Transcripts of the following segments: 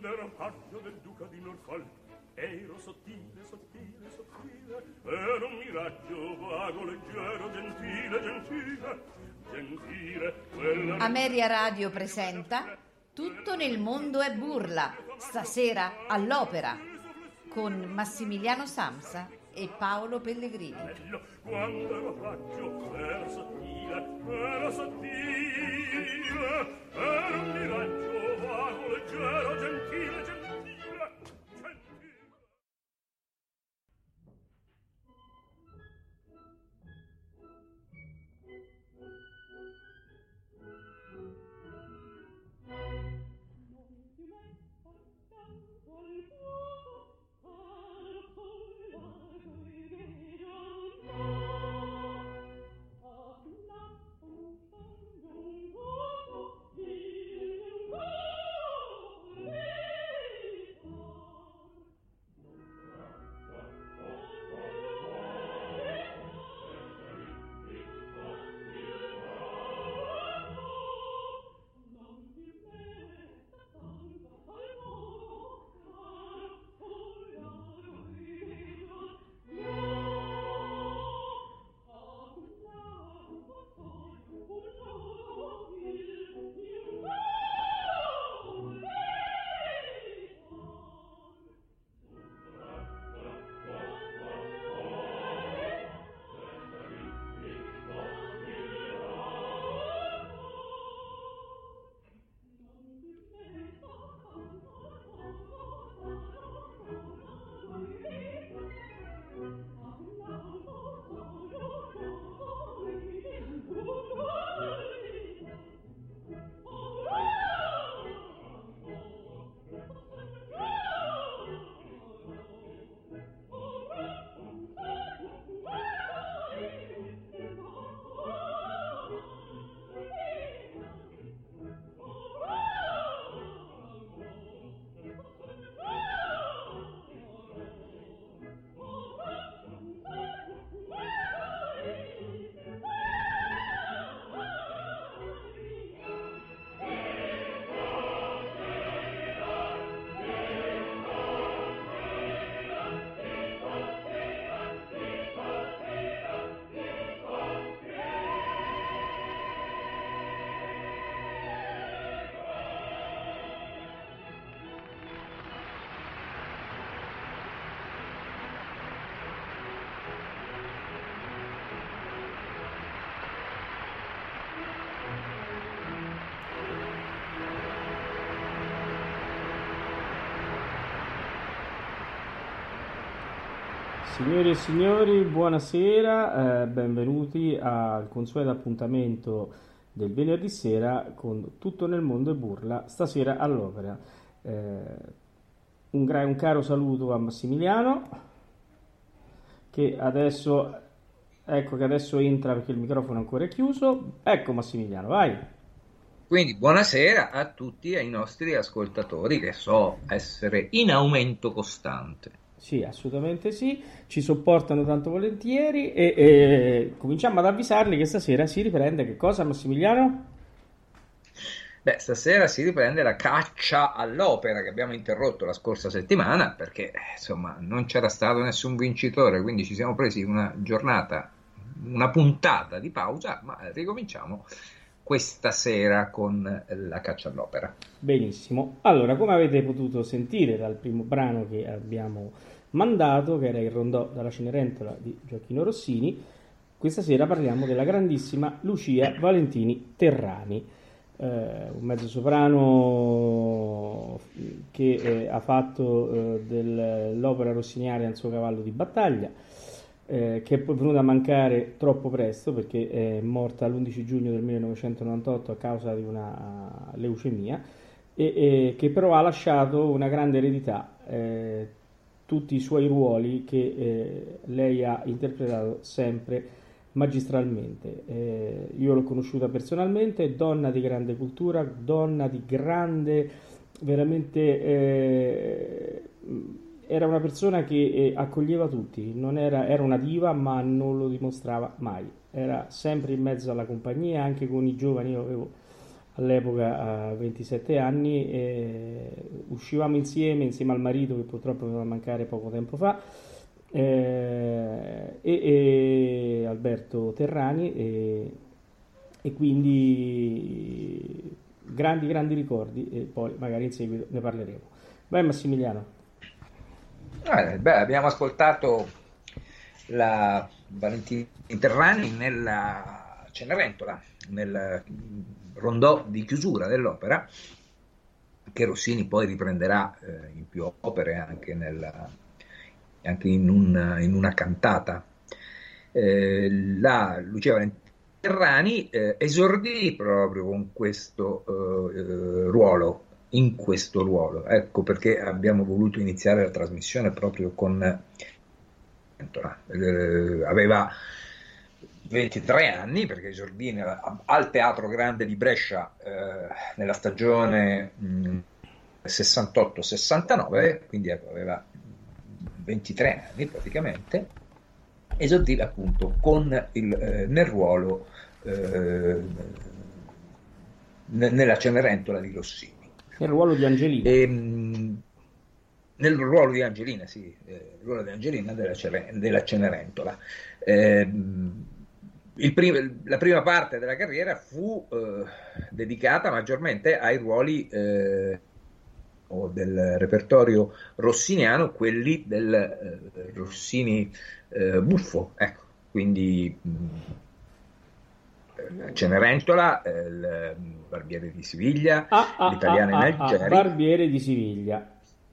quando ero paggio del duca di Norfolk, ero sottile, sottile, sottile, ero un miraggio vago, leggero, gentile, gentile, gentile. Quella... Ameria Radio presenta Tutto nel mondo è burla, stasera all'Opera, con Massimiliano Samsa e Paolo Pellegrini. Quando ero paggio era sottile, era un miraggio vago, leggero, gentile, gentile. Signori e signori, buonasera, benvenuti al consueto appuntamento del venerdì sera con Tutto nel mondo e burla, stasera all'Opera. Un caro saluto a Massimiliano, che adesso entra perché il microfono è ancora chiuso. Ecco Massimiliano, vai! Quindi buonasera a tutti ai nostri ascoltatori, che so essere in aumento costante. Sì, assolutamente sì, ci sopportano tanto volentieri e cominciamo ad avvisarli che stasera si riprende che cosa, Massimiliano? Beh, stasera si riprende la caccia all'opera che abbiamo interrotto la scorsa settimana perché insomma non c'era stato nessun vincitore, quindi ci siamo presi una puntata di pausa, ma ricominciamo questa sera con la caccia all'opera. Benissimo, allora come avete potuto sentire dal primo brano che abbiamo mandato, che era il Rondò dalla Cenerentola di Gioacchino Rossini, questa sera parliamo della grandissima Lucia Valentini Terrani, un mezzosoprano che ha fatto dell'opera rossiniana il suo cavallo di battaglia, che è poi venuta a mancare troppo presto perché è morta l'11 giugno del 1998 a causa di una leucemia, e che però ha lasciato una grande eredità, tutti i suoi ruoli che lei ha interpretato sempre magistralmente. Io l'ho conosciuta personalmente, donna di grande cultura, donna di grande, veramente era una persona che accoglieva tutti, non era una diva, ma non lo dimostrava mai, era sempre in mezzo alla compagnia, anche con i giovani. Io avevo all'epoca a 27 anni, uscivamo insieme al marito che purtroppo è venuto a mancare poco tempo fa, e Alberto Terrani, e quindi grandi ricordi, e poi magari in seguito ne parleremo. Vai Massimiliano. Abbiamo ascoltato la Valentini Terrani nella Cenerentola, nel rondò di chiusura dell'opera, che Rossini poi riprenderà in più opere, anche in una cantata. La Lucia Valentini Terrani esordì proprio con questo ruolo, in questo ruolo. Ecco perché abbiamo voluto iniziare la trasmissione proprio con aveva 23 anni, perché esordì al Teatro Grande di Brescia nella stagione 68-69, quindi aveva 23 anni praticamente. Esordì appunto nel ruolo nella Cenerentola di Rossini. Nel ruolo di Angelina. Nel ruolo di Angelina, sì, il ruolo di Angelina della Cenerentola. La prima parte della carriera fu dedicata maggiormente ai ruoli o del repertorio rossiniano, quelli del Rossini buffo, ecco, quindi Cenerentola, il Barbiere di Siviglia, l'Italiana in Algeri. Barbiere di Siviglia.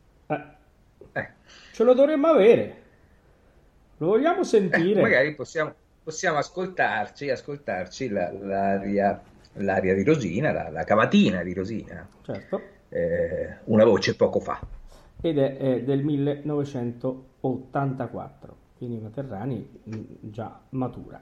Ce lo dovremmo avere. Lo vogliamo sentire? Magari possiamo ascoltarci l'aria di Rosina, la cavatina di Rosina. Certo. Una voce poco fa. Ed è del 1984, quindi una Terrani già matura.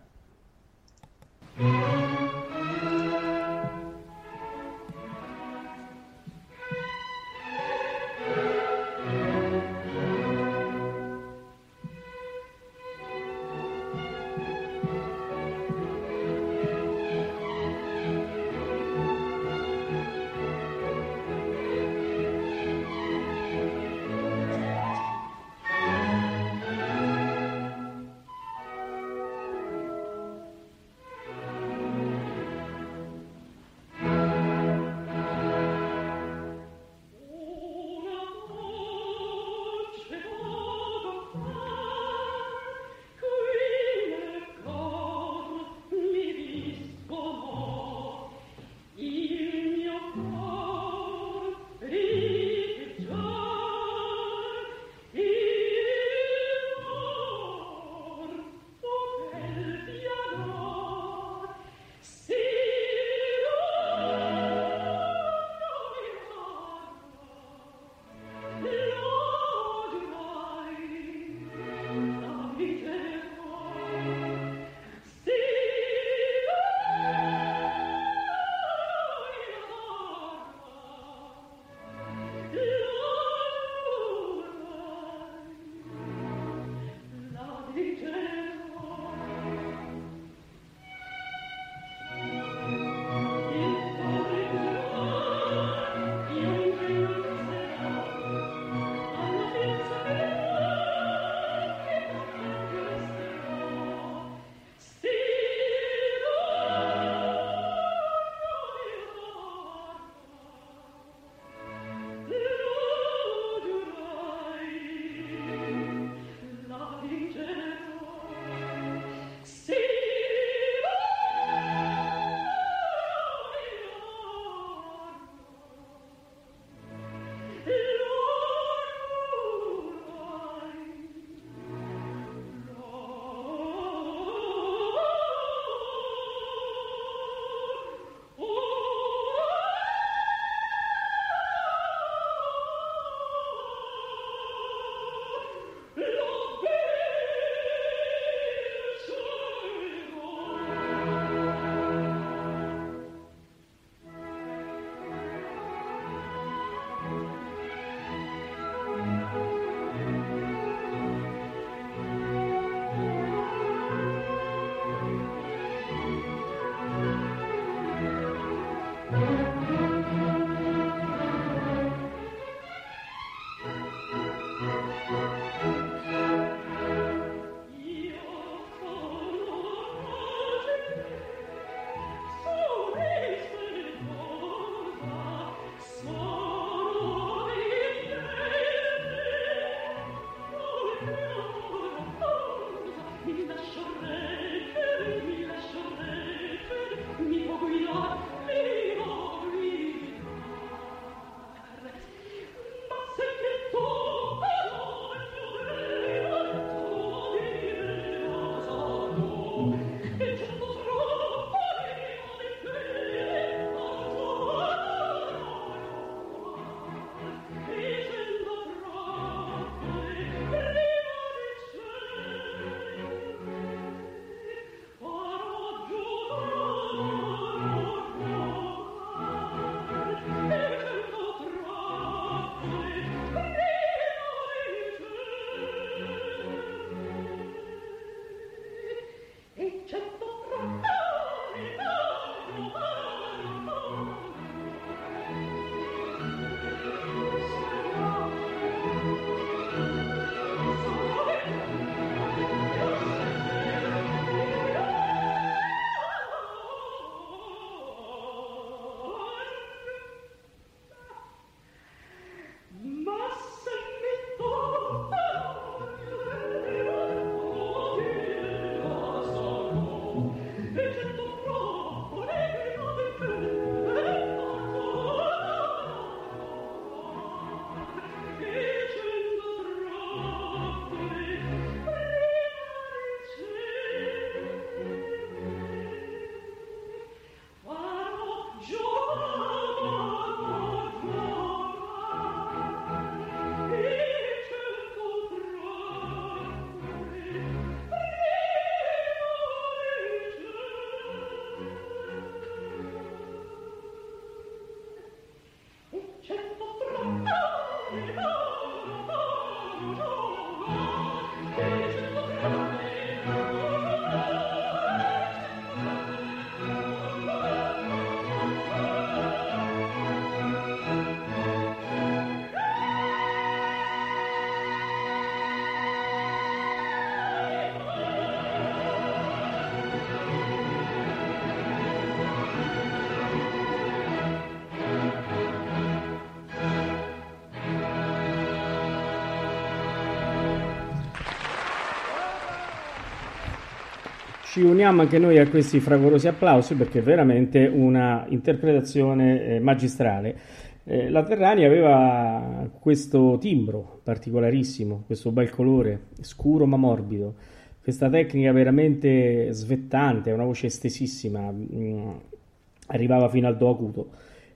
Ci uniamo anche noi a questi fragorosi applausi perché è veramente una interpretazione magistrale. La Terrani aveva questo timbro particolarissimo, questo bel colore, scuro ma morbido, questa tecnica veramente svettante, una voce estesissima, arrivava fino al do acuto.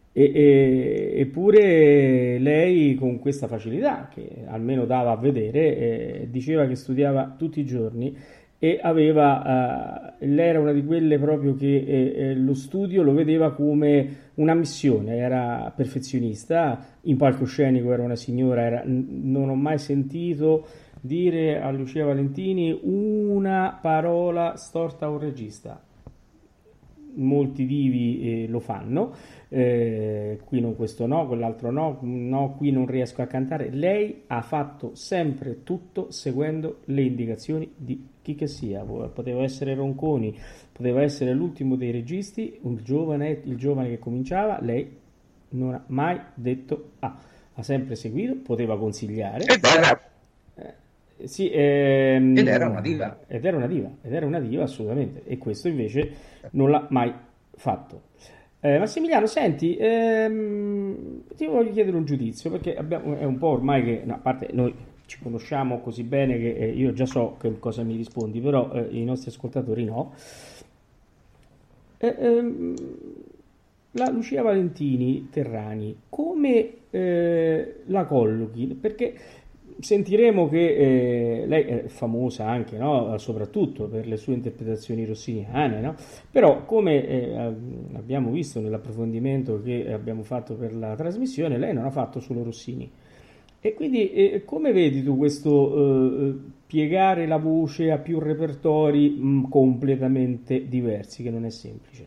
Eppure lei con questa facilità che almeno dava a vedere diceva che studiava tutti i giorni e lei era una di quelle proprio che lo studio lo vedeva come una missione, era perfezionista, in palcoscenico era una signora, non ho mai sentito dire a Lucia Valentini una parola storta a un regista. Molti divi lo fanno, qui non, questo no, quell'altro no, qui non riesco a cantare. Lei ha fatto sempre tutto seguendo le indicazioni di chi che sia, poteva essere Ronconi, poteva essere l'ultimo dei registi, il giovane che cominciava, lei non ha mai detto ha sempre seguito, poteva consigliare. Sì, ed era una diva. Ed era una diva assolutamente, e questo invece non l'ha mai fatto. Massimiliano, senti, ti voglio chiedere un giudizio, perché è un po' ormai che, no, a parte noi ci conosciamo così bene che io già so che cosa mi rispondi, però i nostri ascoltatori no. La Lucia Valentini Terrani, come la collochi? Perché sentiremo che lei è famosa anche, no? Soprattutto per le sue interpretazioni rossiniane, no? Però come abbiamo visto nell'approfondimento che abbiamo fatto per la trasmissione, lei non ha fatto solo Rossini. E quindi come vedi tu questo piegare la voce a più repertori completamente diversi, che non è semplice?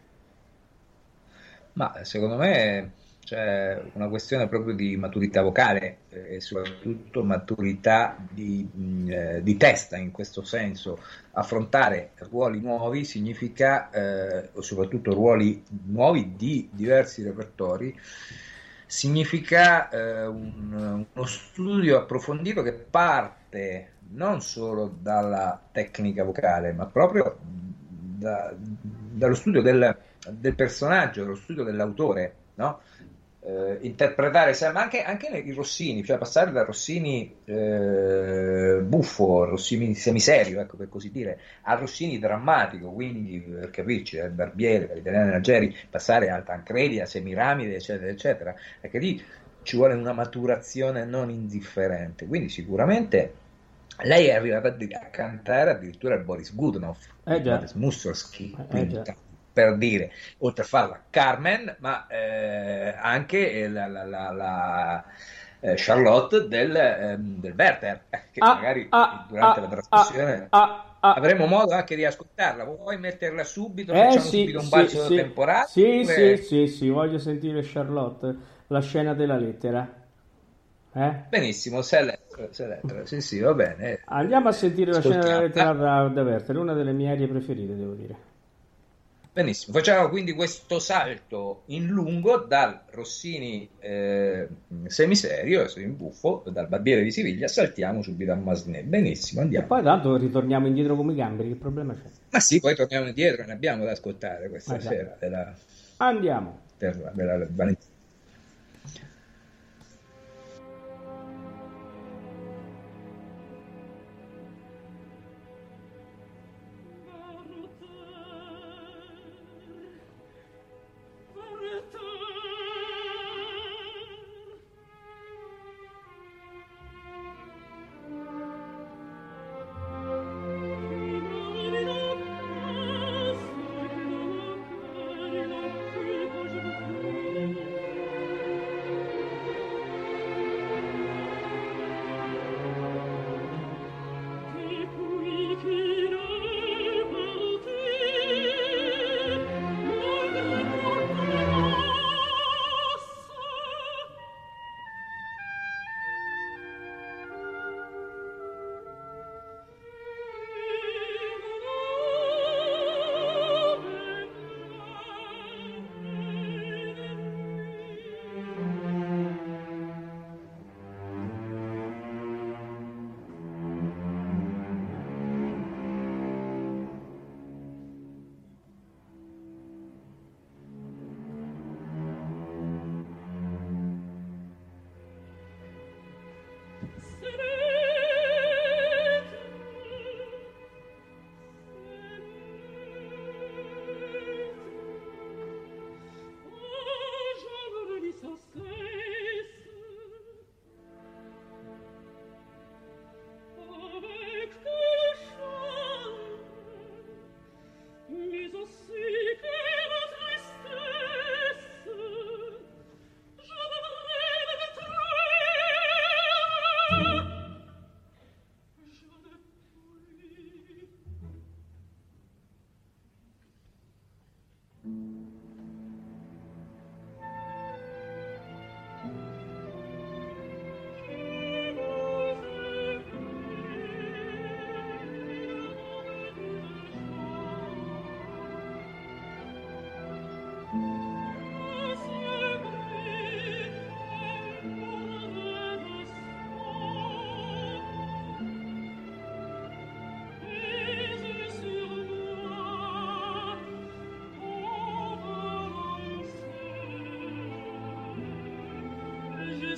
Ma secondo me c'è una questione proprio di maturità vocale e soprattutto maturità di testa in questo senso. Affrontare ruoli nuovi significa, soprattutto ruoli nuovi di diversi repertori, significa uno studio approfondito che parte non solo dalla tecnica vocale, ma proprio dallo studio del personaggio, dallo studio dell'autore, no? Interpretare sempre, anche i Rossini, cioè passare da Rossini buffo, Rossini semiserio, ecco, per così dire, a Rossini drammatico, quindi per capirci, dal Barbiere, dall'Italiano Algeri, passare a Tancredi, a Semiramide, eccetera, eccetera, perché lì ci vuole una maturazione non indifferente. Quindi sicuramente lei è arrivata a cantare addirittura il Boris Godunov, Boris Mussorgsky, per dire, oltre a farla Carmen, ma anche la Charlotte del Werther, che magari durante la trasmissione avremo modo anche di ascoltarla. Vuoi metterla subito? Facciamo subito un balzo temporale? Sì, voglio sentire Charlotte, la scena della lettera. Benissimo, se lettera, sì, va bene. Andiamo a sentire la scena della lettera da Werther, una delle mie arie preferite, devo dire. Benissimo, facciamo quindi questo salto in lungo dal Rossini semiserio, in buffo, dal Barbiere di Siviglia, saltiamo subito a Massenet. Benissimo, andiamo. E poi tanto ritorniamo indietro come i gamberi, che problema c'è? Ma sì, poi torniamo indietro, ne abbiamo da ascoltare questa sera. Andiamo. Della Valentina.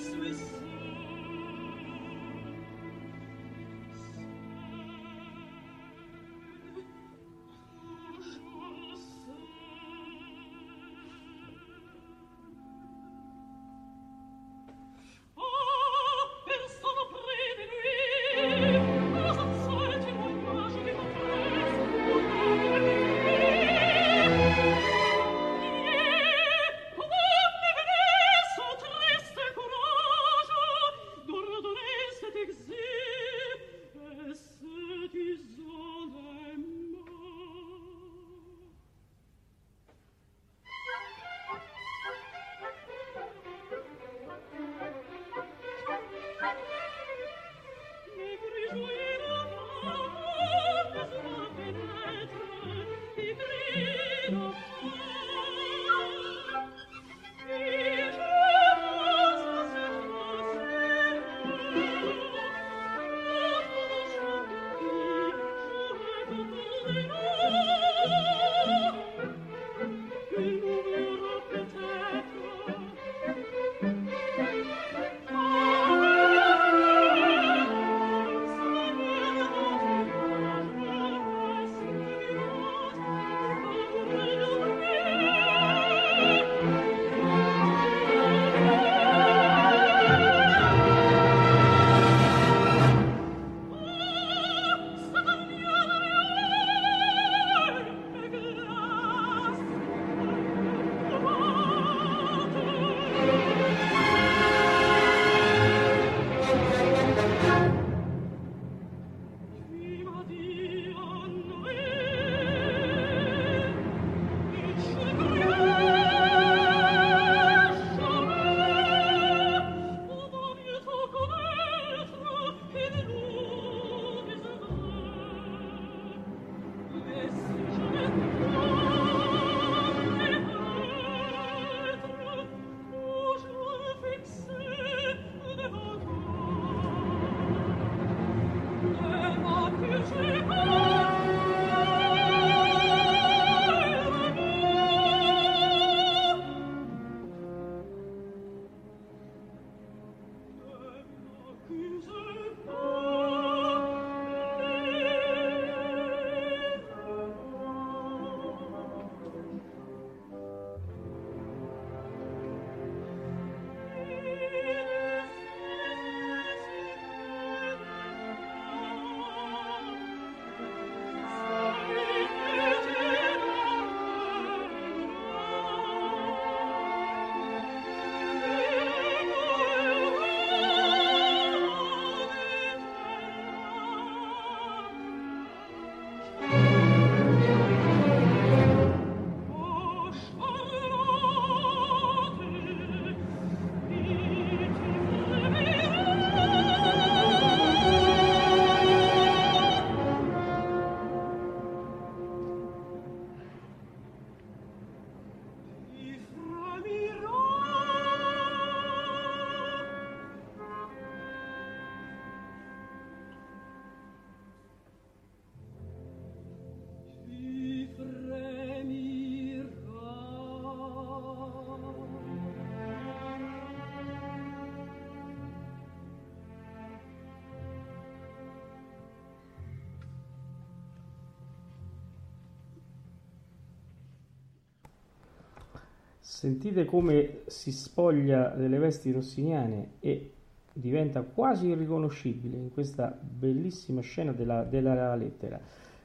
Sentite come si spoglia delle vesti rossiniane e diventa quasi irriconoscibile in questa bellissima scena della lettera.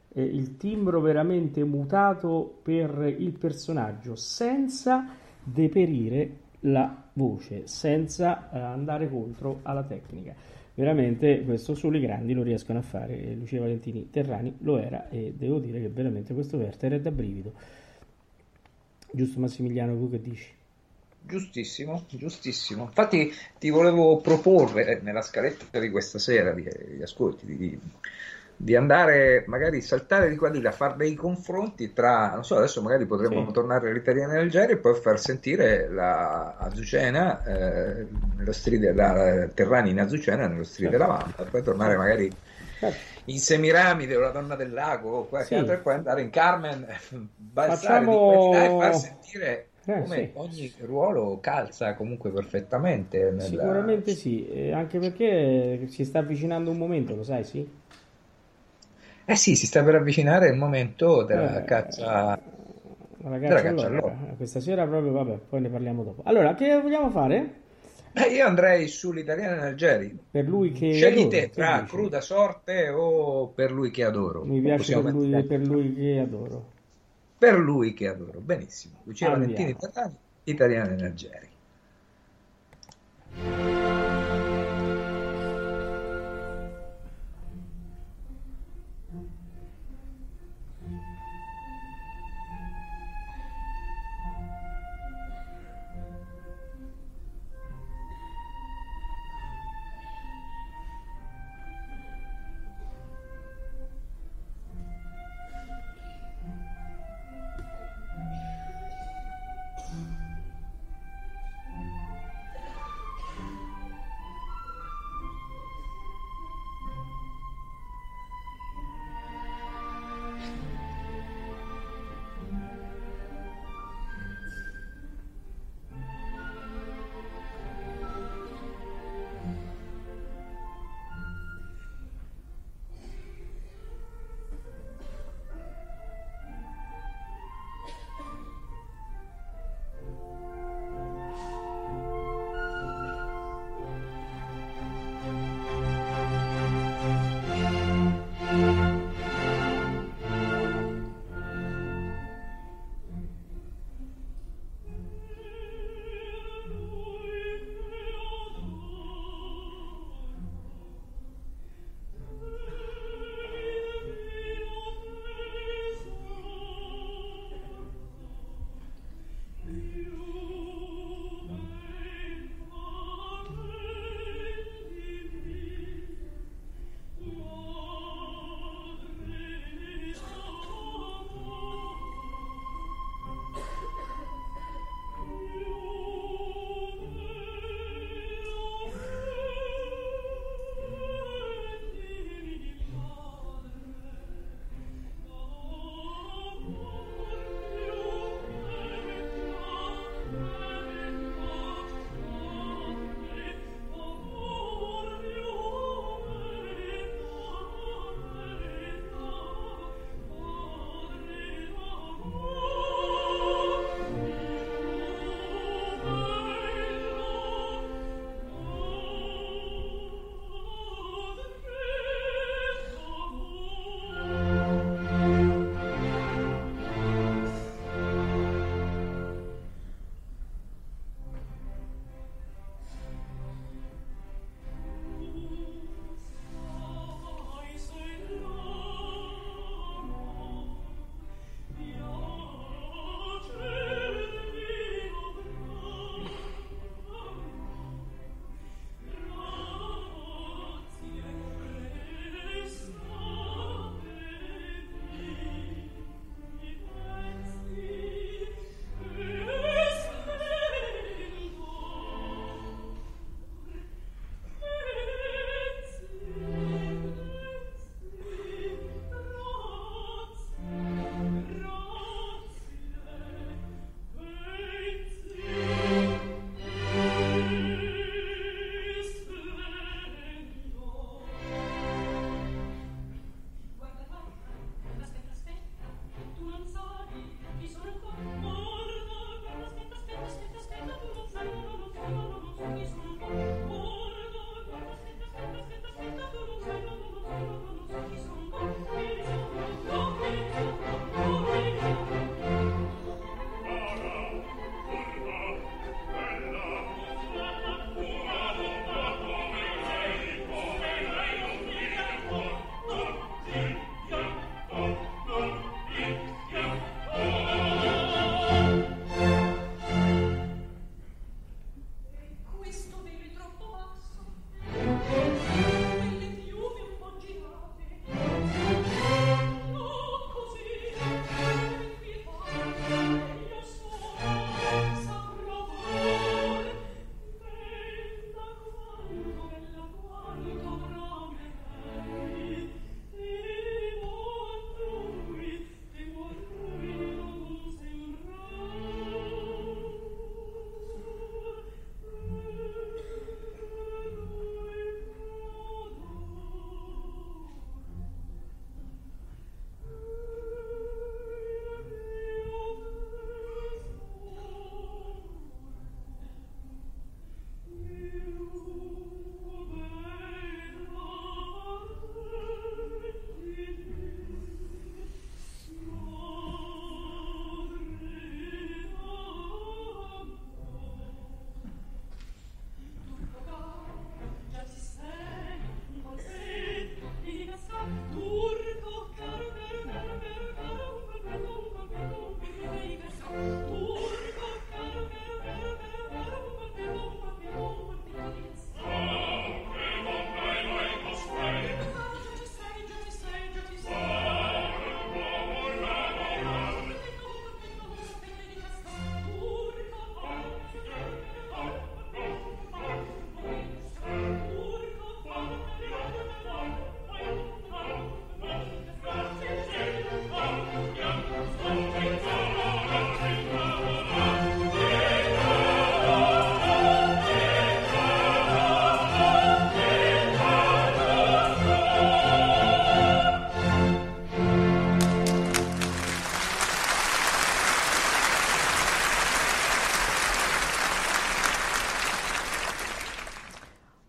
Il timbro veramente mutato per il personaggio, senza deperire la voce, senza andare contro alla tecnica. Veramente questo solo i grandi lo riescono a fare. Lucia Valentini Terrani lo era, e devo dire che veramente questo Werther è da brivido. Giusto Massimiliano, tu che dici? Giustissimo, giustissimo. Infatti ti volevo proporre nella scaletta di questa sera di ascolti di andare magari saltare di qua di là, fare dei confronti tra, non so, adesso magari potremmo tornare all'Italiana del Algeri e poi far sentire la Azucena nello stile della Terrani in Azucena nello stile della Vampa, poi tornare magari in Semiramide o la Donna del Lago o qualche altro, e poi andare in Carmen, balzare di qua e far sentire come Sì. ogni ruolo calza comunque perfettamente Sicuramente sì, anche perché si sta avvicinando un momento, lo sai, sì? Eh sì, si sta per avvicinare il momento Eh, la della ragazza caccia all'opera. all'uomo. Questa sera proprio, vabbè, poi ne parliamo dopo. Allora, che vogliamo fare? Io andrei sull'italiano Algeri. Per lui che Scegli adoro, te che tra dici? Cruda Sorte o Per lui che adoro. Mi piace Possiamo mettere per lui che adoro. Per lui che adoro. Benissimo. Lucia Valentini Andiamo. italiano in Algeri.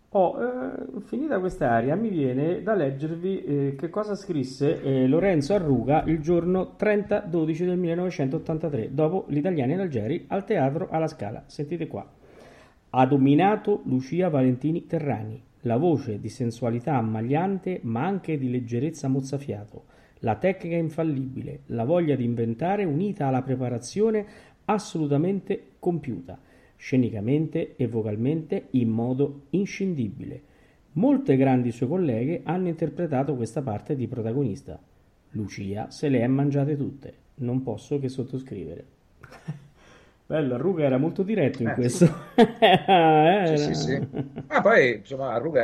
Finita quest'area, mi viene da leggervi che cosa scrisse Lorenzo Arruga il giorno 30/12 del 1983, dopo Gli Italiani in Algeri, al Teatro alla Scala. Sentite qua. Ha dominato Lucia Valentini Terrani, la voce di sensualità ammagliante ma anche di leggerezza mozzafiato, la tecnica infallibile, la voglia di inventare unita alla preparazione assolutamente compiuta, scenicamente e vocalmente in modo inscindibile. Molte grandi sue colleghe hanno interpretato questa parte di protagonista. Lucia se le è mangiate tutte, non posso che sottoscrivere. Bello, Arruga era molto diretto in questo. Sì. Ma poi, insomma, Arruga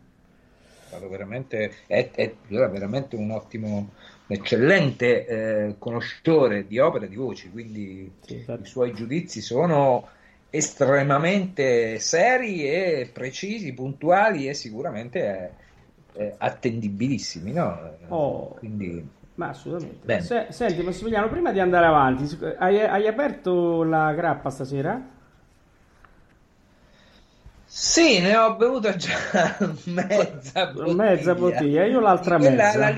era veramente un ottimo, eccellente conoscitore di opere e di voci, quindi i suoi giudizi sono estremamente seri e precisi, puntuali e sicuramente attendibilissimi, no? Quindi... Ma assolutamente. Senti Massimiliano, prima di andare avanti, hai aperto la grappa stasera? Sì, ne ho bevuta già mezza bottiglia. Io l'altra mezza.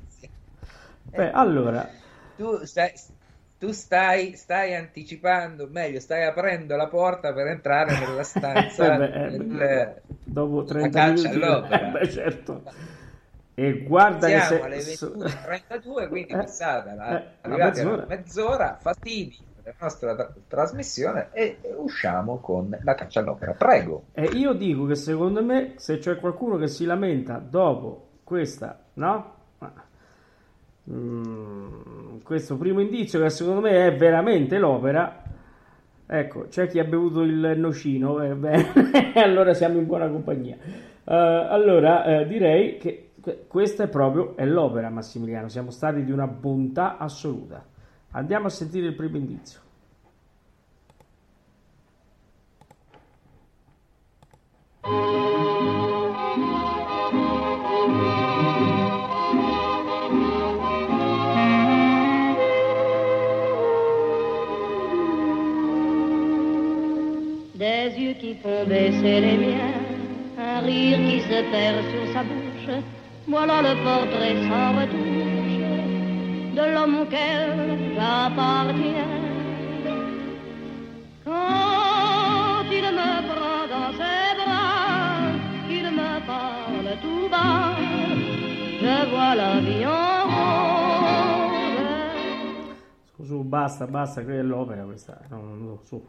Allora, tu stai anticipando, meglio, stai aprendo la porta per entrare nella stanza dopo 30 minuti. Certo. E guarda siamo che alle 21:32, quindi passata arrivati alla mezz'ora, fastidi della nostra trasmissione e usciamo con la caccia all'opera. Prego. E io dico che secondo me, se c'è qualcuno che si lamenta dopo questa, no? Questo primo indizio che secondo me è veramente l'opera, ecco, c'è chi ha bevuto il nocino, allora siamo in buona compagnia. Allora direi che questa è l'opera, Massimiliano, siamo stati di una bontà assoluta. Andiamo a sentire il primo indizio. Des yeux qui font baisser les miens, un rire qui se perd sur sa bouche, voilà le portrait sans retouche de l'homme auquel j'appartiens. Quand il me prend dans ses bras, qu'il me parle tout bas, je vois la vie en rose. Su, basta, quella è l'opera questa. No, su.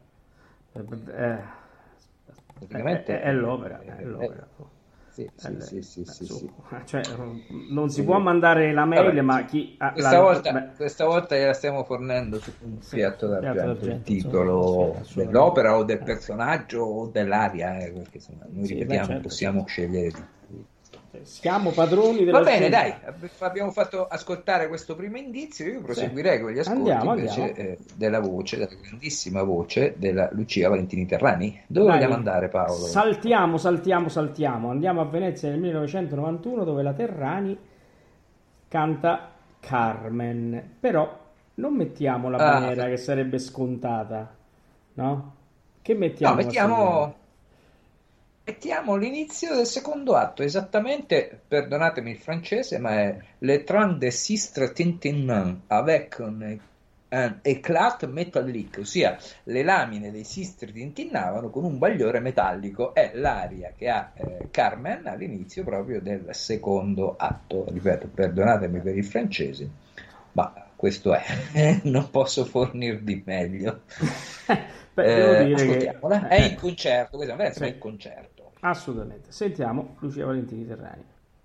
Praticamente è l'opera. Sì. Cioè, non si può mandare la mail, vabbè, ma chi questa volta gliela stiamo fornendo su un piatto d'argento, il titolo dell'opera o del personaggio o dell'aria, perché insomma, noi ripetiamo, certo, possiamo scegliere di... Siamo padroni della Va bene, dai, abbiamo fatto ascoltare questo primo indizio, io proseguirei con gli ascolti invece della voce, della grandissima voce della Lucia Valentini Terrani. Dove vogliamo andare, Paolo? Saltiamo, andiamo a Venezia nel 1991, dove la Terrani canta Carmen, però non mettiamo la maniera che sarebbe scontata, no? Che mettiamo? Mettiamo l'inizio del secondo atto, esattamente, perdonatemi il francese, ma è Le Train des Sistres Tintin avec un éclat métallique, ossia le lamine dei sistri tintinnavano con un bagliore metallico. È l'aria che ha Carmen all'inizio proprio del secondo atto. Ripeto, perdonatemi per il francese, ma questo è, non posso fornir di meglio. Devo dire ascoltiamola, è in concerto, questo è in concerto. Assolutamente. Sentiamo Lucia Valentini Terrani.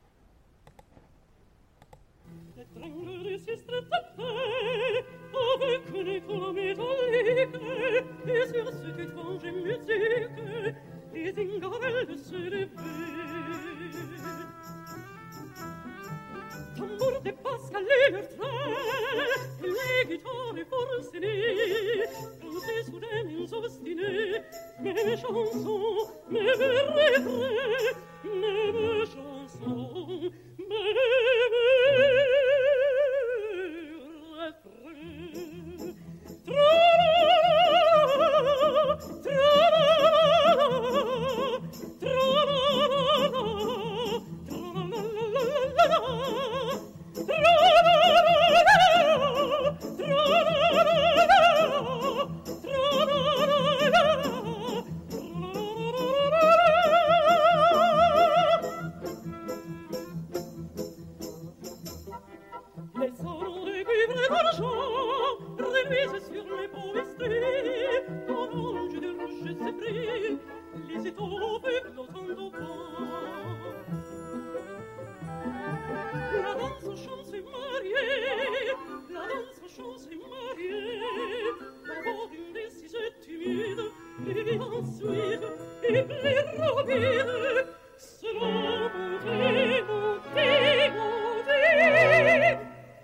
Tambour de Pascal leur train, les guitares forcenées, danser soudaines obstinées, mes chansons, mes refrains, mes chansons, mes refrains. Tra-la, tra-la, tra-la. pris, les étoffes flottant au vent. La danse chante s'est mariée, la danse chante s'est mariée, d'abord indécise et timide, et ensuite éclair rapide, cela montait, montait, montait,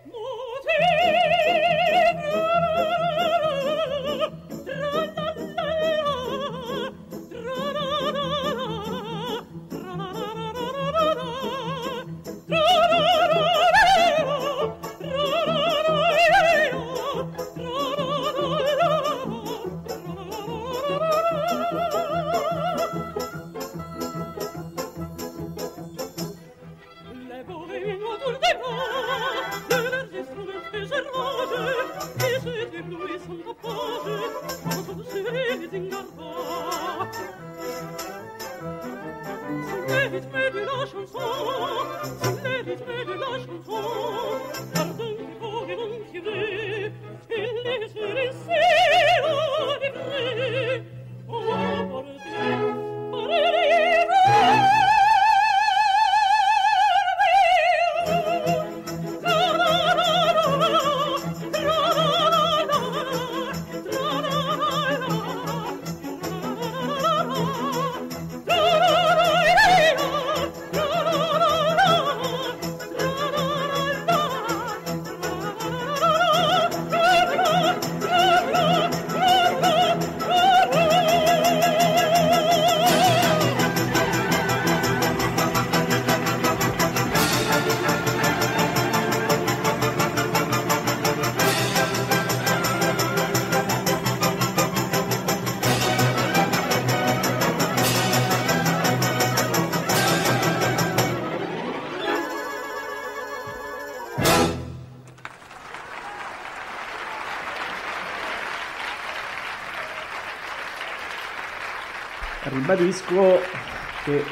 Ribadisco che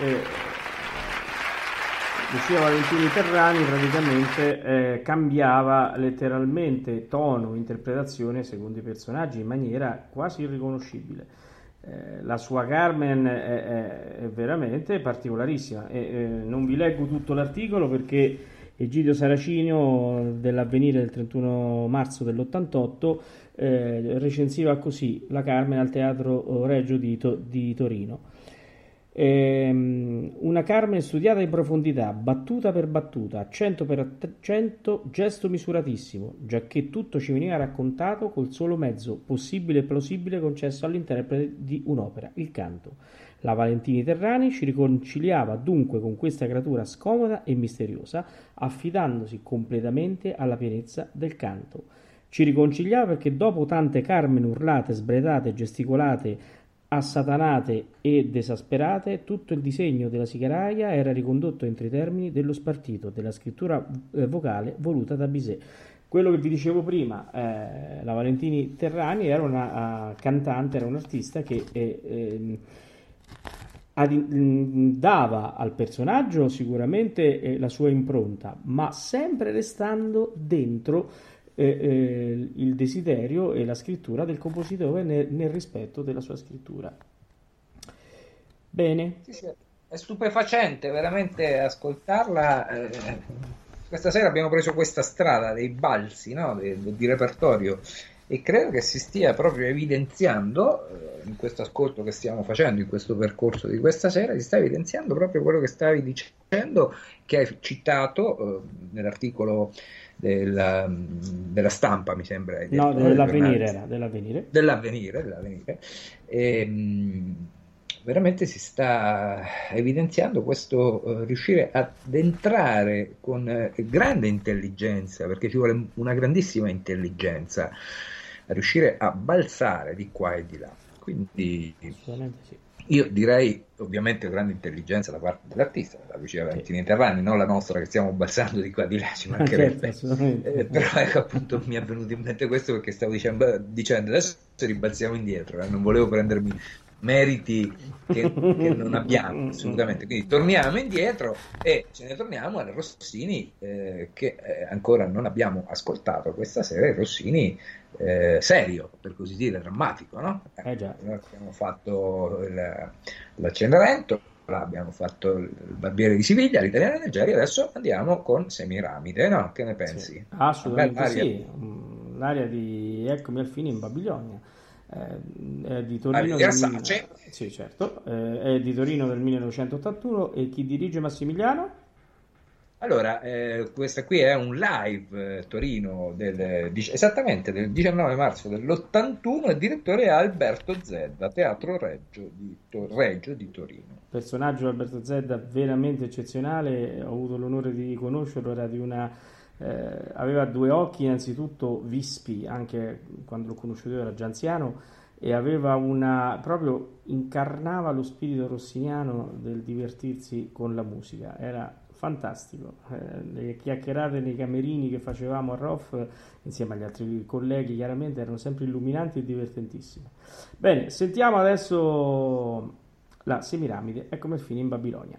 Lucia Valentini Terrani praticamente cambiava letteralmente tono, interpretazione secondo i personaggi in maniera quasi irriconoscibile. La sua Carmen è veramente particolarissima non vi leggo tutto l'articolo perché Egidio Saracino dell'Avvenire del 31 marzo dell'88 recensiva così la Carmen al Teatro Regio di Torino. Una Carmen studiata in profondità, battuta per battuta, accento per accento, gesto misuratissimo, giacché tutto ci veniva raccontato col solo mezzo possibile e plausibile concesso all'interprete di un'opera, il canto. La Valentini Terrani ci riconciliava dunque con questa creatura scomoda e misteriosa, affidandosi completamente alla pienezza del canto. Ci riconciliava perché dopo tante Carmen urlate, sbretate, gesticolate, assatanate ed esasperate, tutto il disegno della sicaraia era ricondotto entro i termini dello spartito, della scrittura vocale voluta da Bizet. Quello che vi dicevo prima, la Valentini Terrani era una cantante, era un'artista che dava al personaggio sicuramente la sua impronta, ma sempre restando dentro il desiderio e la scrittura del compositore nel rispetto della sua scrittura. Bene. Sì, è stupefacente veramente ascoltarla. Questa sera abbiamo preso questa strada dei balzi, no? di repertorio, e credo che si stia proprio evidenziando in questo ascolto che stiamo facendo, in questo percorso di questa sera, si sta evidenziando proprio quello che stavi dicendo, che hai citato nell'articolo della Stampa, mi sembra. No, dell'Avvenire. Dell'Avvenire. Veramente si sta evidenziando questo riuscire ad entrare con grande intelligenza, perché ci vuole una grandissima intelligenza a riuscire a balzare di qua e di là. Quindi sì. Io direi ovviamente grande intelligenza da parte dell'artista, la Lucia Valentini Terrani, non la nostra che stiamo balzando di qua e di là, ci mancherebbe. Però ecco, appunto mi è venuto in mente questo perché stavo dicendo adesso ribalziamo indietro, non volevo prendermi meriti che non abbiamo assolutamente. Quindi torniamo indietro e ce ne torniamo al Rossini che ancora non abbiamo ascoltato questa sera, il Rossini serio, per così dire, drammatico, no? Già. Noi abbiamo fatto la Cenerentola, abbiamo fatto il Barbiere di Siviglia, l'Italiana di Algeri, adesso andiamo con Semiramide, no? Che ne pensi? Sì, assolutamente Bella sì, l'aria di Eccomi al fine in Babilonia, è di Torino Aria di Versace. Sì, certo, è di Torino del 1981 e chi dirige Massimiliano? Allora, questa qui è un live Torino esattamente del 19 marzo dell'81, il direttore è Alberto Zedda, Teatro Reggio di Torino. Personaggio Alberto Zedda veramente eccezionale, ho avuto l'onore di conoscerlo, aveva due occhi innanzitutto vispi, anche quando l'ho conosciuto io era già anziano, e aveva proprio incarnava lo spirito rossiniano del divertirsi con la musica, era fantastico. Le chiacchierate nei camerini che facevamo a Roff insieme agli altri colleghi chiaramente erano sempre illuminanti e divertentissime. Bene, sentiamo adesso la Semiramide, Eccomi al fine in Babilonia.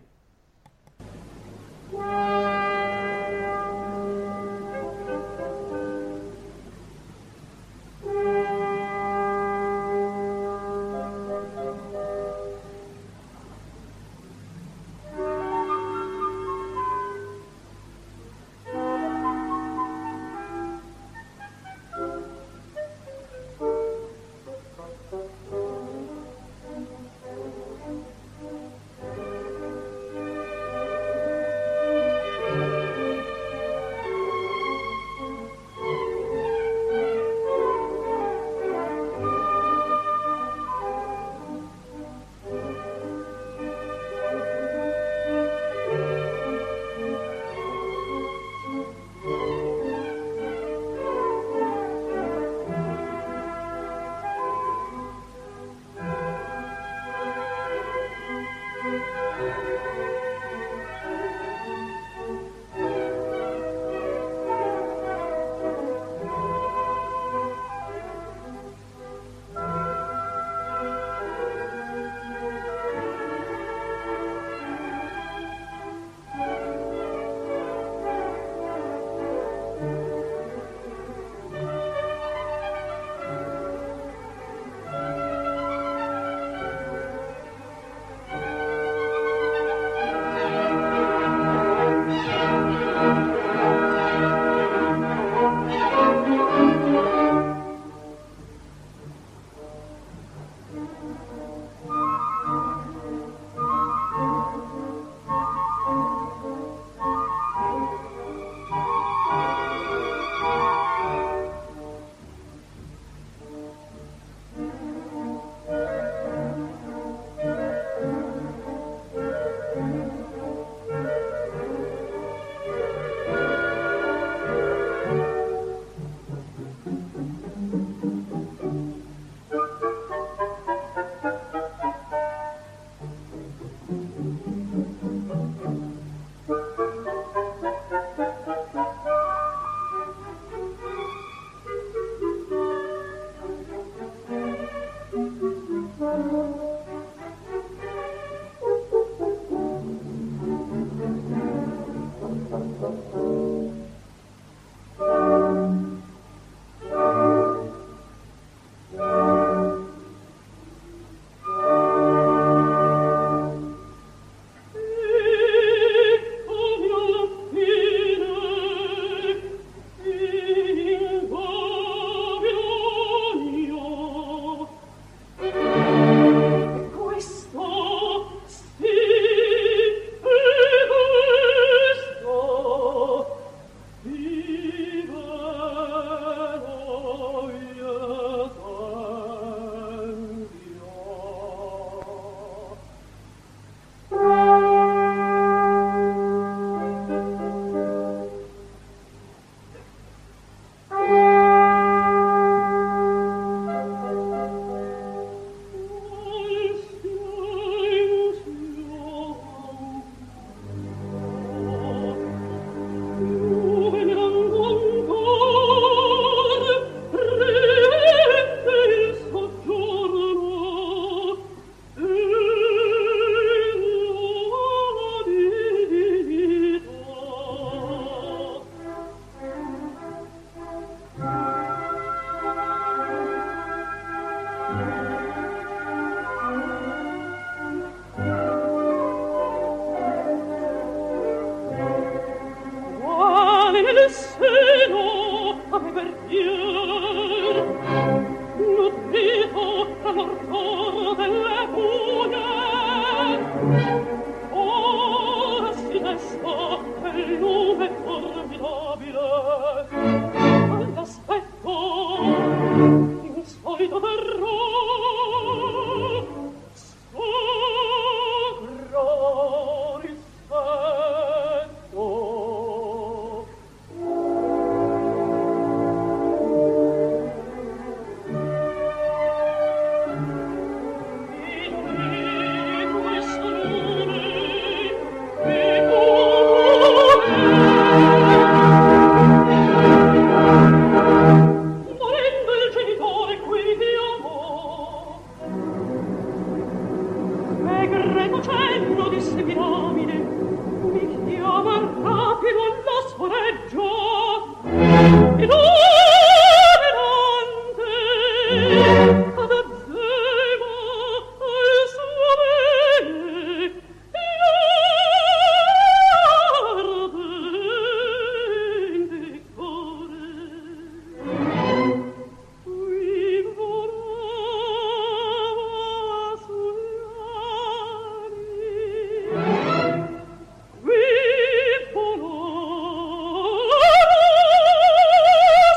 Ora si desta quel lume formidabile all'aspetto di un solito terrore. Sopra rispetto. Morendo il genitore qui amo, egregio cenno di semiramide mi chiama rapido allo sforeggio ed operante ad azzema al suo bene ardente cuore. Qui volava sull'ari, qui volava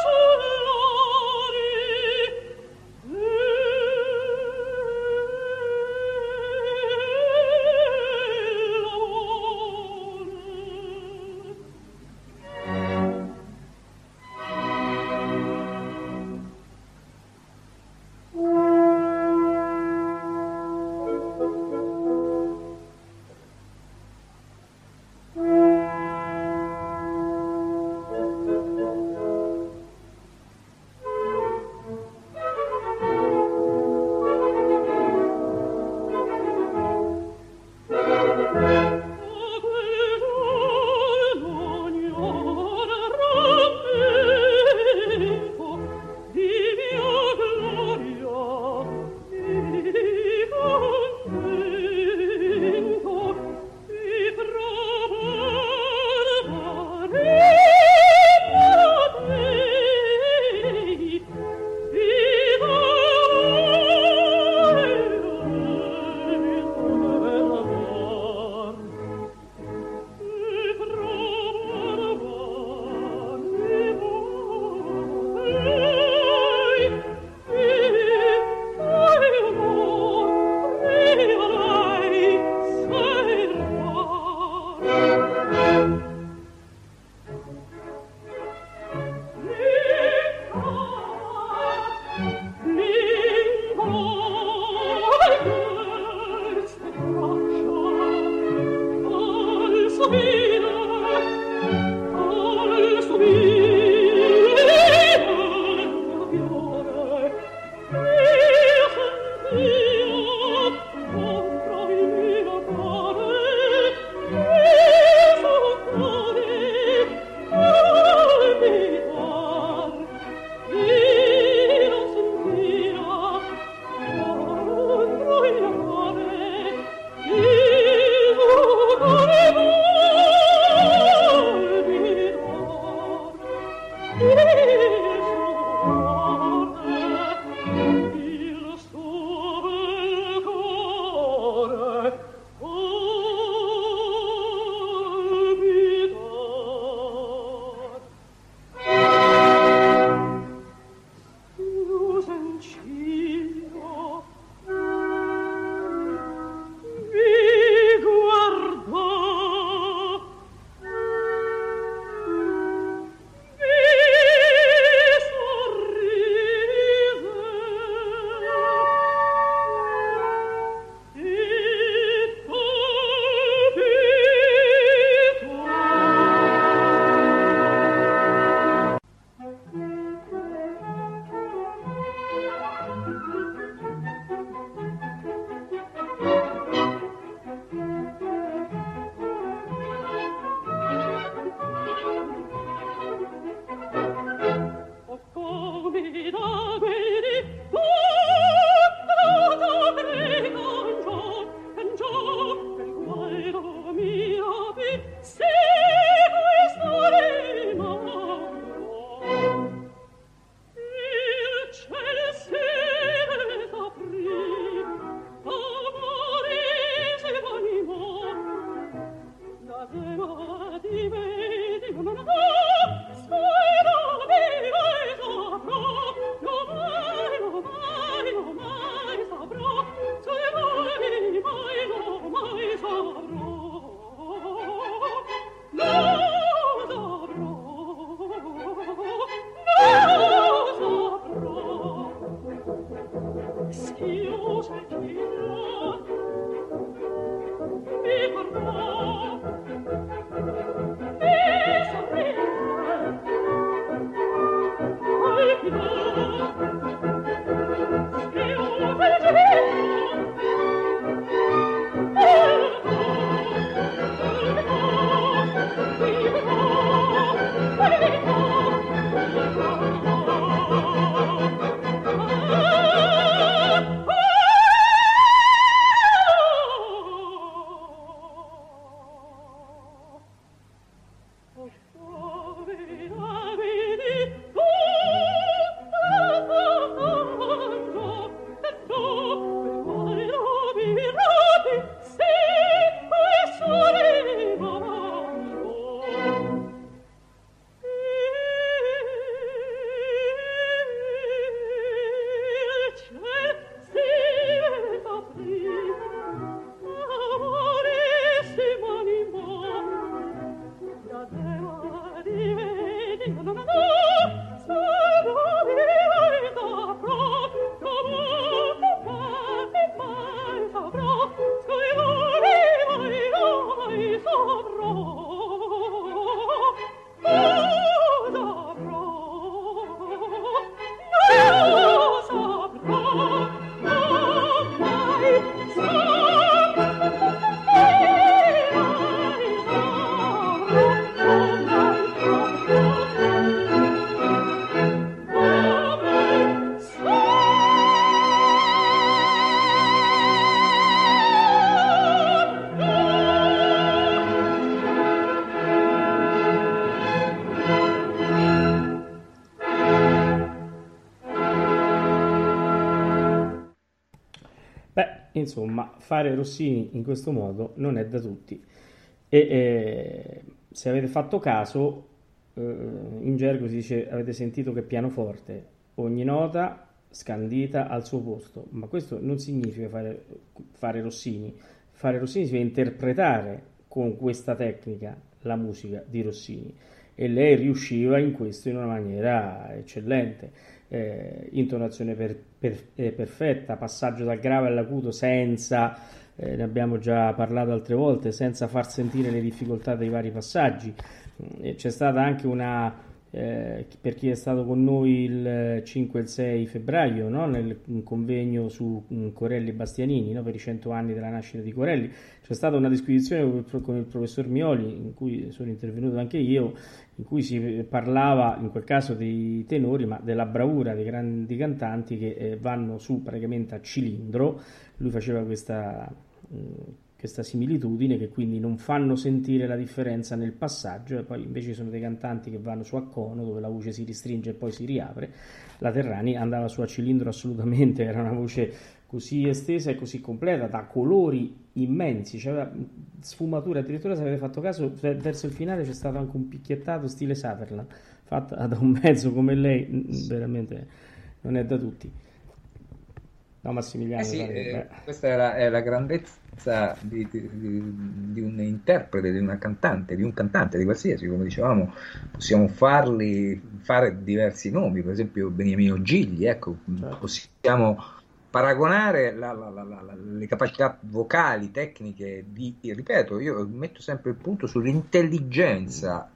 insomma fare Rossini in questo modo non è da tutti. E se avete fatto caso, in gergo si dice avete sentito che pianoforte, ogni nota scandita al suo posto, ma questo non significa fare Rossini. Fare Rossini significa interpretare con questa tecnica la musica di Rossini, e lei riusciva in questo in una maniera eccellente. Intonazione perfetta, passaggio dal grave all'acuto senza, ne abbiamo già parlato altre volte, senza far sentire le difficoltà dei vari passaggi. C'è stata anche per chi è stato con noi il 5 e il 6 febbraio, no? Nel convegno su Corelli e Bastianini, no? Per i 100 anni della nascita di Corelli, c'è stata una disquisizione con il professor Mioli, in cui sono intervenuto anche io, in cui si parlava in quel caso dei tenori, ma della bravura dei grandi cantanti che vanno su praticamente a cilindro. Lui faceva questa similitudine, che quindi non fanno sentire la differenza nel passaggio, e poi invece ci sono dei cantanti che vanno su a cono, dove la voce si ristringe e poi si riapre. La Terrani andava su a cilindro assolutamente, era una voce così estesa e così completa, da colori immensi, c'era sfumature, addirittura se avete fatto caso verso il finale c'è stato anche un picchiettato stile Sutherland, fatta da un mezzo come lei, veramente non è da tutti. No, Massimiliano, sì, questa è la grandezza di un interprete, di una cantante, di un cantante di qualsiasi, come dicevamo, possiamo fare diversi nomi, per esempio Beniamino Gigli, ecco, certo. Possiamo paragonare le capacità vocali, tecniche, ripeto, io metto sempre il punto sull'intelligenza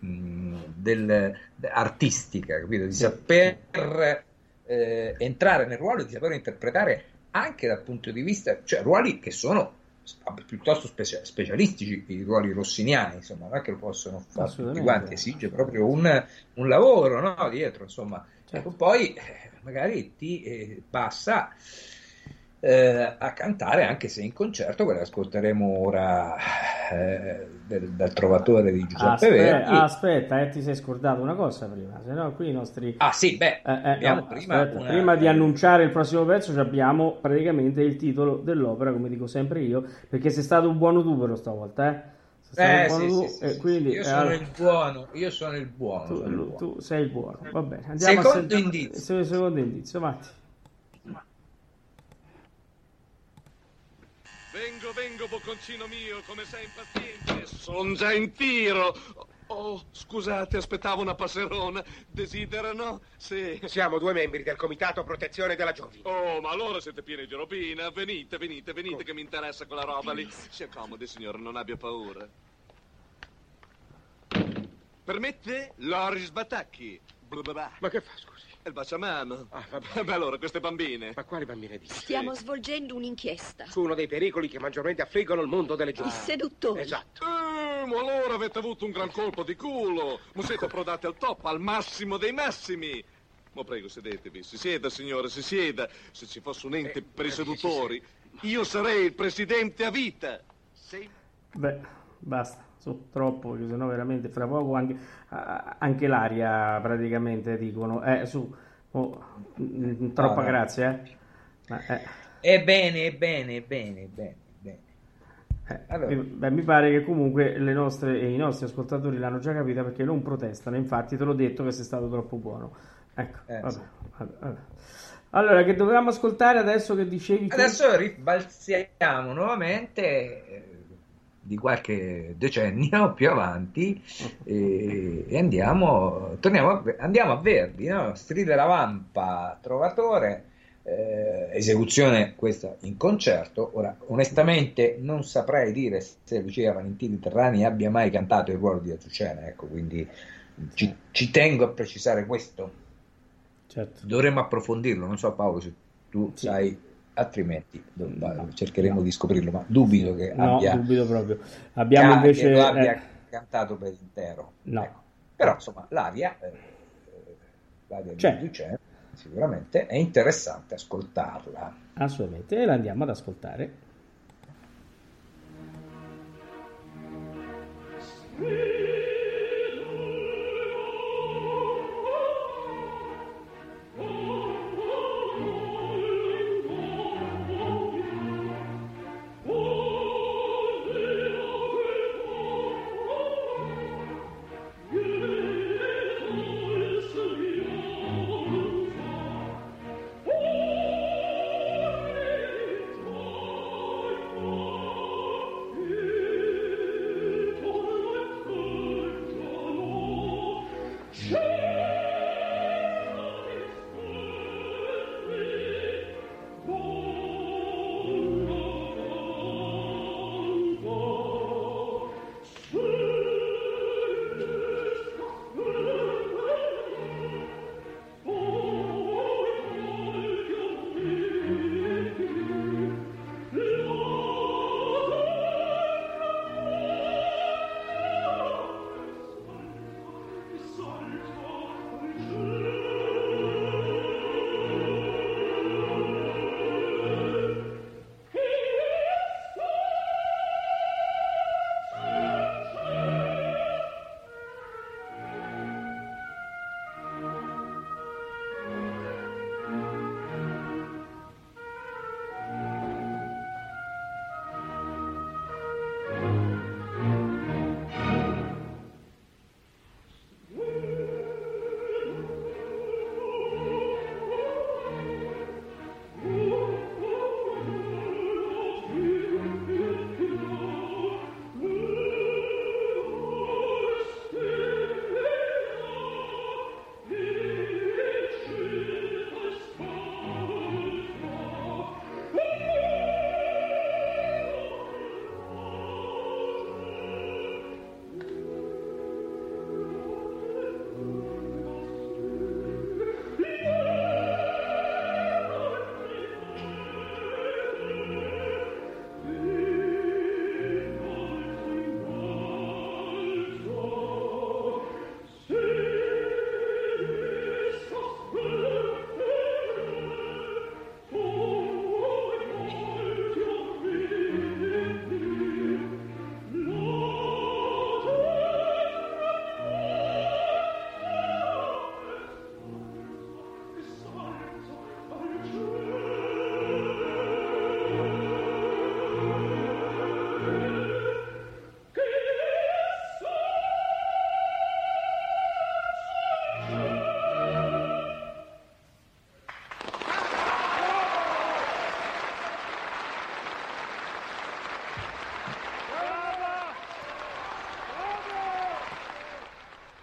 artistica, capito? Di saper entrare nel ruolo e di saper interpretare anche dal punto di vista, cioè ruoli che sono piuttosto specialistici, i ruoli rossiniani, insomma, non è che lo possono fare tutti quanti, esige proprio un lavoro, no? Dietro, insomma. Certo. Ecco, poi magari ti passa a cantare, anche se in concerto, quello che ascolteremo ora dal Trovatore di Giuseppe Verdi. Aspetta, ti sei scordato una cosa prima, se no qui i nostri... prima di annunciare il prossimo pezzo abbiamo praticamente il titolo dell'opera, come dico sempre io, perché sei stato un buono tu però stavolta, quindi, io sono il buono, tu sei il buono, va bene. Andiamo secondo indizio, Matti. Vengo, bocconcino mio, come sei impaziente. Son già in tiro. Oh, scusate, aspettavo una passerona. Desiderano? Sì. Siamo 2 membri del Comitato Protezione della Giovine. Oh, ma allora siete pieni di robina. Venite, che mi interessa quella roba lì. Si accomodi, signore, non abbia paura. Permette? Loris Batacchi. Ma che fa, scusi? Il baciamano. Ah, vabbè. Beh, allora, queste bambine. Ma quali bambine dici? Stiamo svolgendo un'inchiesta. Su uno dei pericoli che maggiormente affliggono il mondo delle I giovani. seduttori. Esatto. Ma allora avete avuto un gran colpo di culo. Ma siete approdati al top, al massimo dei massimi. Ma prego, sedetevi. Si sieda, signore, si sieda. Se ci fosse un ente per i seduttori, io sarei il presidente a vita. Sì. Beh, basta. Troppo, perché sennò veramente fra poco anche l'aria praticamente dicono troppa grazia. Bene. Allora. Mi pare che comunque i nostri ascoltatori l'hanno già capita, perché non protestano, infatti te l'ho detto che sei stato troppo buono, ecco. Vabbè. Allora, che dovevamo ascoltare adesso, che dicevi tu? Adesso ribalziamo nuovamente di qualche decennio più avanti e andiamo a Verdi, no? Strile la Vampa, Trovatore, esecuzione questa in concerto. Ora, onestamente non saprei dire se Lucia Valentini Terrani abbia mai cantato il ruolo di Azucena, ecco, quindi ci tengo a precisare questo. Certo. Dovremmo approfondirlo, non so Paolo se tu sai, altrimenti cercheremo di scoprirlo, ma dubito che dubito proprio. Abbiamo invece lo abbia cantato per intero. No. Ecco. Però insomma l'aria di Duchamp sicuramente è interessante ascoltarla. Assolutamente, e la andiamo ad ascoltare.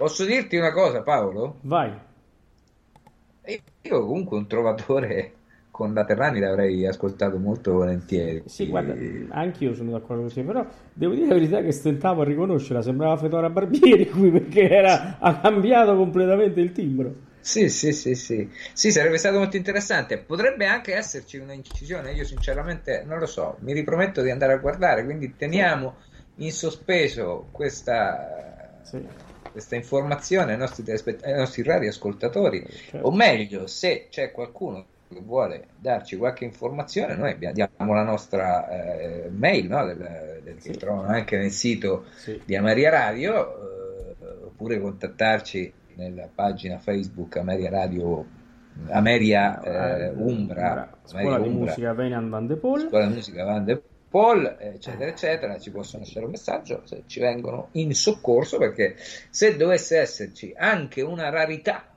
Posso dirti una cosa, Paolo? Vai. Io comunque un trovatore con la Terrani l'avrei ascoltato molto volentieri. Sì, guarda, anch'io sono d'accordo con te, però devo dire la verità che stentavo a riconoscerla, sembrava Fedora Barbieri qui perché ha cambiato completamente il timbro. Sì, sarebbe stato molto interessante. Potrebbe anche esserci una incisione, io sinceramente non lo so, mi riprometto di andare a guardare, quindi teniamo in sospeso questa informazione ai nostri radioascoltatori, o meglio, se c'è qualcuno che vuole darci qualche informazione, noi diamo la nostra mail, no? Che trovano anche nel sito di Ameria Radio, oppure contattarci nella pagina Facebook Ameria Radio, Ameria Umbra, Scuola di Musica Wynand van de Poel, Scuola di Musica Van de Poel, eccetera eccetera. Ci possono lasciare un messaggio se ci vengono in soccorso, perché se dovesse esserci anche una rarità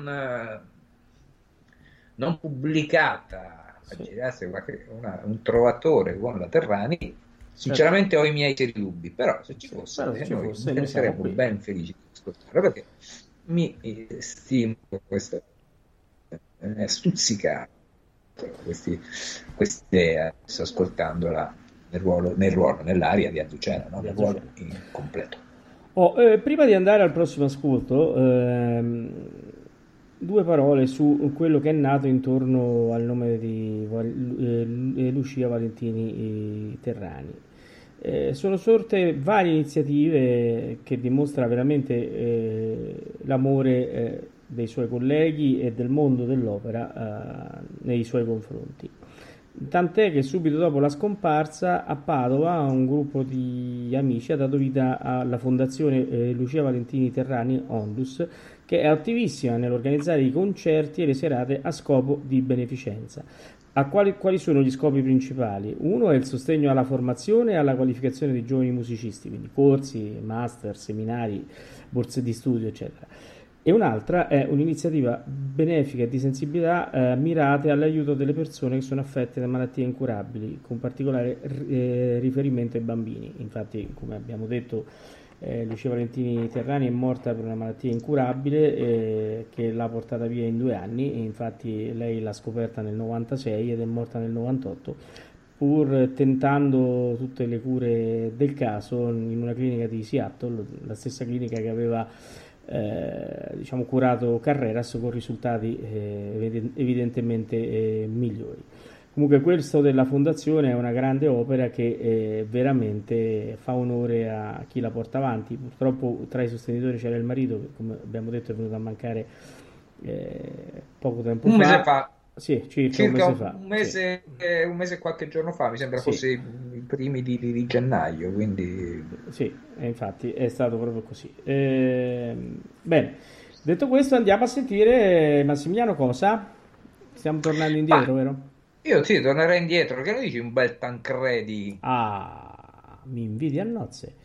non pubblicata, girasse un trovatore con la Terrani, sinceramente ho i miei seri dubbi, però se ci fosse, noi saremmo ben felici di ascoltarlo, perché mi stimo questa stuzzica questa idea, ascoltandola nell'aria di Azucena, no? Nel ruolo in completo. Prima di andare al prossimo ascolto, due parole su quello che è nato intorno al nome di Lucia Valentini Terrani. Sono sorte varie iniziative che dimostra veramente l'amore dei suoi colleghi e del mondo dell'opera nei suoi confronti. Tant'è che subito dopo la scomparsa a Padova un gruppo di amici ha dato vita alla fondazione Lucia Valentini Terrani Onlus, che è attivissima nell'organizzare i concerti e le serate a scopo di beneficenza. Quali sono gli scopi principali? Uno è il sostegno alla formazione e alla qualificazione dei giovani musicisti, quindi corsi, master, seminari, borse di studio, eccetera. E un'altra è un'iniziativa benefica e di sensibilità mirate all'aiuto delle persone che sono affette da malattie incurabili, con particolare riferimento ai bambini. Infatti, come abbiamo detto, Lucia Valentini Terrani è morta per una malattia incurabile che l'ha portata via in 2 anni, e infatti lei l'ha scoperta nel 96 ed è morta nel 98, pur tentando tutte le cure del caso in una clinica di Seattle, la stessa clinica che aveva curato Carreras, con risultati evidentemente migliori. Comunque questo della fondazione è una grande opera che veramente fa onore a chi la porta avanti. Purtroppo tra i sostenitori c'era il marito, che come abbiamo detto è venuto a mancare poco tempo fa. Un mese fa. Sì, circa un mese e qualche giorno fa, mi sembra fosse i primi di gennaio, quindi... Sì, infatti è stato proprio così. Bene, detto questo andiamo a sentire Massimiliano Cosa. Stiamo tornando indietro, vero? Io sì, tornerei indietro, perché non dici un bel Tancredi? Mi invidi a nozze.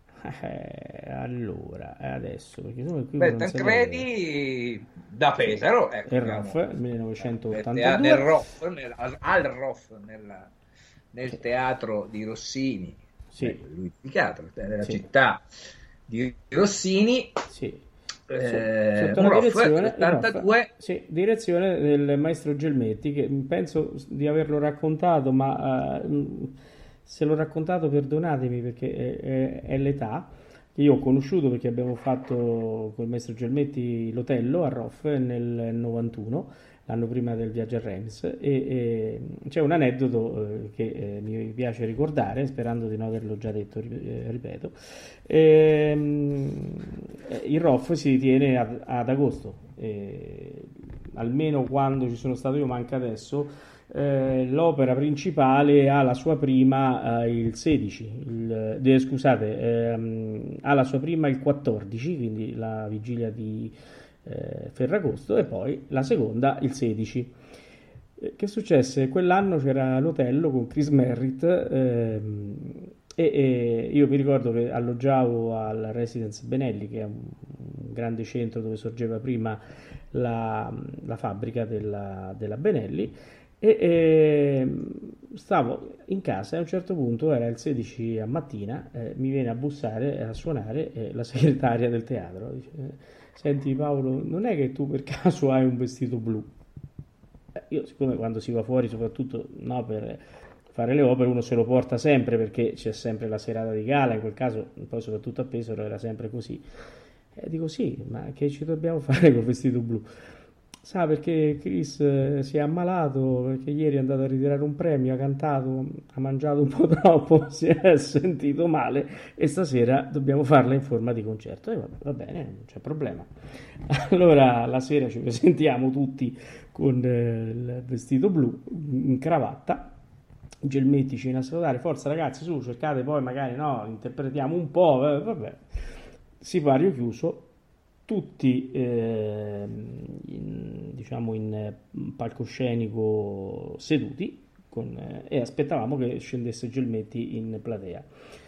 Allora, adesso, perché sono qui. Beh, Tancredi da Pesaro, ecco, il ROF 1982 al ROF nel teatro di Rossini, lui dedicato nella città di Rossini, sotto la direzione 82. Direzione del maestro Gelmetti, che penso di averlo raccontato, ma se l'ho raccontato perdonatemi, perché è l'età. Io ho conosciuto perché abbiamo fatto col maestro Gelmetti l'Otello a ROF nel 91, l'anno prima del viaggio a Reims, e c'è un aneddoto che mi piace ricordare, sperando di non averlo già detto, ripeto. Il ROF si tiene ad agosto, almeno quando ci sono stato io, manca adesso. L'opera principale ha la sua prima il 16, ha la sua prima il 14, quindi la vigilia di Ferragosto, e poi la seconda il 16. Che successe? Quell'anno c'era l'Otello con Chris Merritt, e io mi ricordo che alloggiavo al Residence Benelli, che è un grande centro dove sorgeva prima la fabbrica della Benelli, e stavo in casa e a un certo punto, era il 16 a mattina, mi viene a bussare e a suonare la segretaria del teatro. Dice, senti Paolo, non è che tu per caso hai un vestito blu? Io, siccome quando si va fuori, soprattutto no, per fare le opere, uno se lo porta sempre perché c'è sempre la serata di gala, in quel caso poi soprattutto a Pesaro era sempre così. E dico sì, ma che ci dobbiamo fare col vestito blu? Sa, perché Chris si è ammalato, perché ieri è andato a ritirare un premio, ha cantato, ha mangiato un po' troppo, si è sentito male e stasera dobbiamo farla in forma di concerto. E vabbè, va bene, non c'è problema. Allora la sera ci presentiamo tutti con il vestito blu, in cravatta. Gelmetti ci viene a salutare, forza ragazzi, su, cercate poi magari, no, interpretiamo un po', vabbè. Sipario chiuso, tutti diciamo in palcoscenico seduti e aspettavamo che scendesse Gelmetti in platea.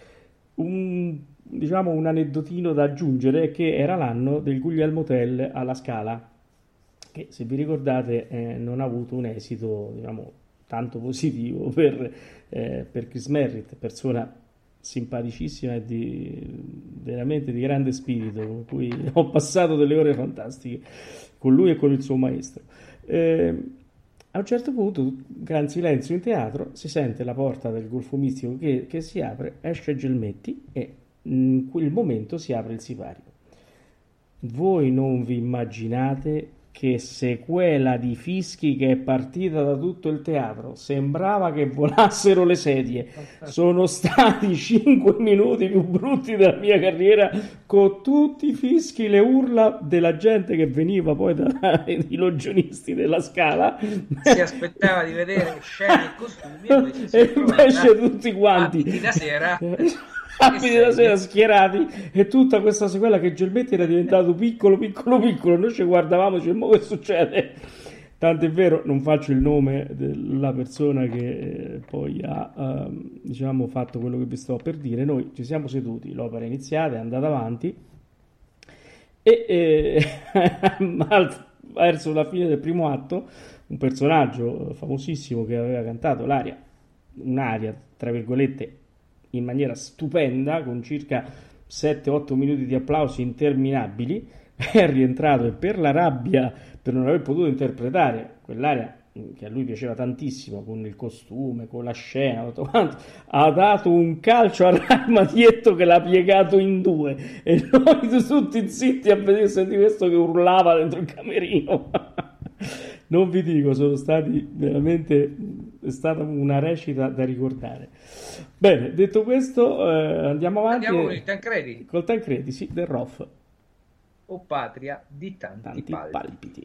Diciamo un aneddotino da aggiungere è che era l'anno del Guglielmo Tell alla Scala, che se vi ricordate non ha avuto un esito, diciamo, tanto positivo per Chris Merritt, persona simpaticissima e veramente di grande spirito, con cui ho passato delle ore fantastiche con lui e con il suo maestro. A un certo punto, gran silenzio in teatro, si sente la porta del Golfo Mistico che si apre, esce Gelmetti e in quel momento si apre il sipario. Voi non vi immaginate che sequela di fischi che è partita da tutto il teatro, sembrava che volassero le sedie. Sono stati 5 minuti più brutti della mia carriera, con tutti i fischi, le urla della gente che veniva poi dai logionisti della Scala, si aspettava di vedere scene e costumi e invece tutti quanti abiti da sera schierati, e tutta questa sequela che Gelmetti era diventato piccolo, noi ci guardavamo e dicevamo, ma che succede? Tant'è vero, non faccio il nome della persona che poi ha diciamo fatto quello che vi sto per dire. Noi ci siamo seduti, l'opera è iniziata, è andata avanti e verso la fine del primo atto un personaggio famosissimo che aveva cantato un'aria tra virgolette in maniera stupenda, con circa 7-8 minuti di applausi interminabili, è rientrato e per la rabbia, per non aver potuto interpretare quell'area che a lui piaceva tantissimo, con il costume, con la scena, tutto quanto, ha dato un calcio a Ramadietto che l'ha piegato in due, e noi tutti zitti a vedere di questo che urlava dentro il camerino. Non vi dico, sono stati veramente, è stata una recita da ricordare. Bene, detto questo, andiamo avanti. Andiamo con il Tancredi. Col Tancredi, sì, del Roff. O patria di tanti palpiti.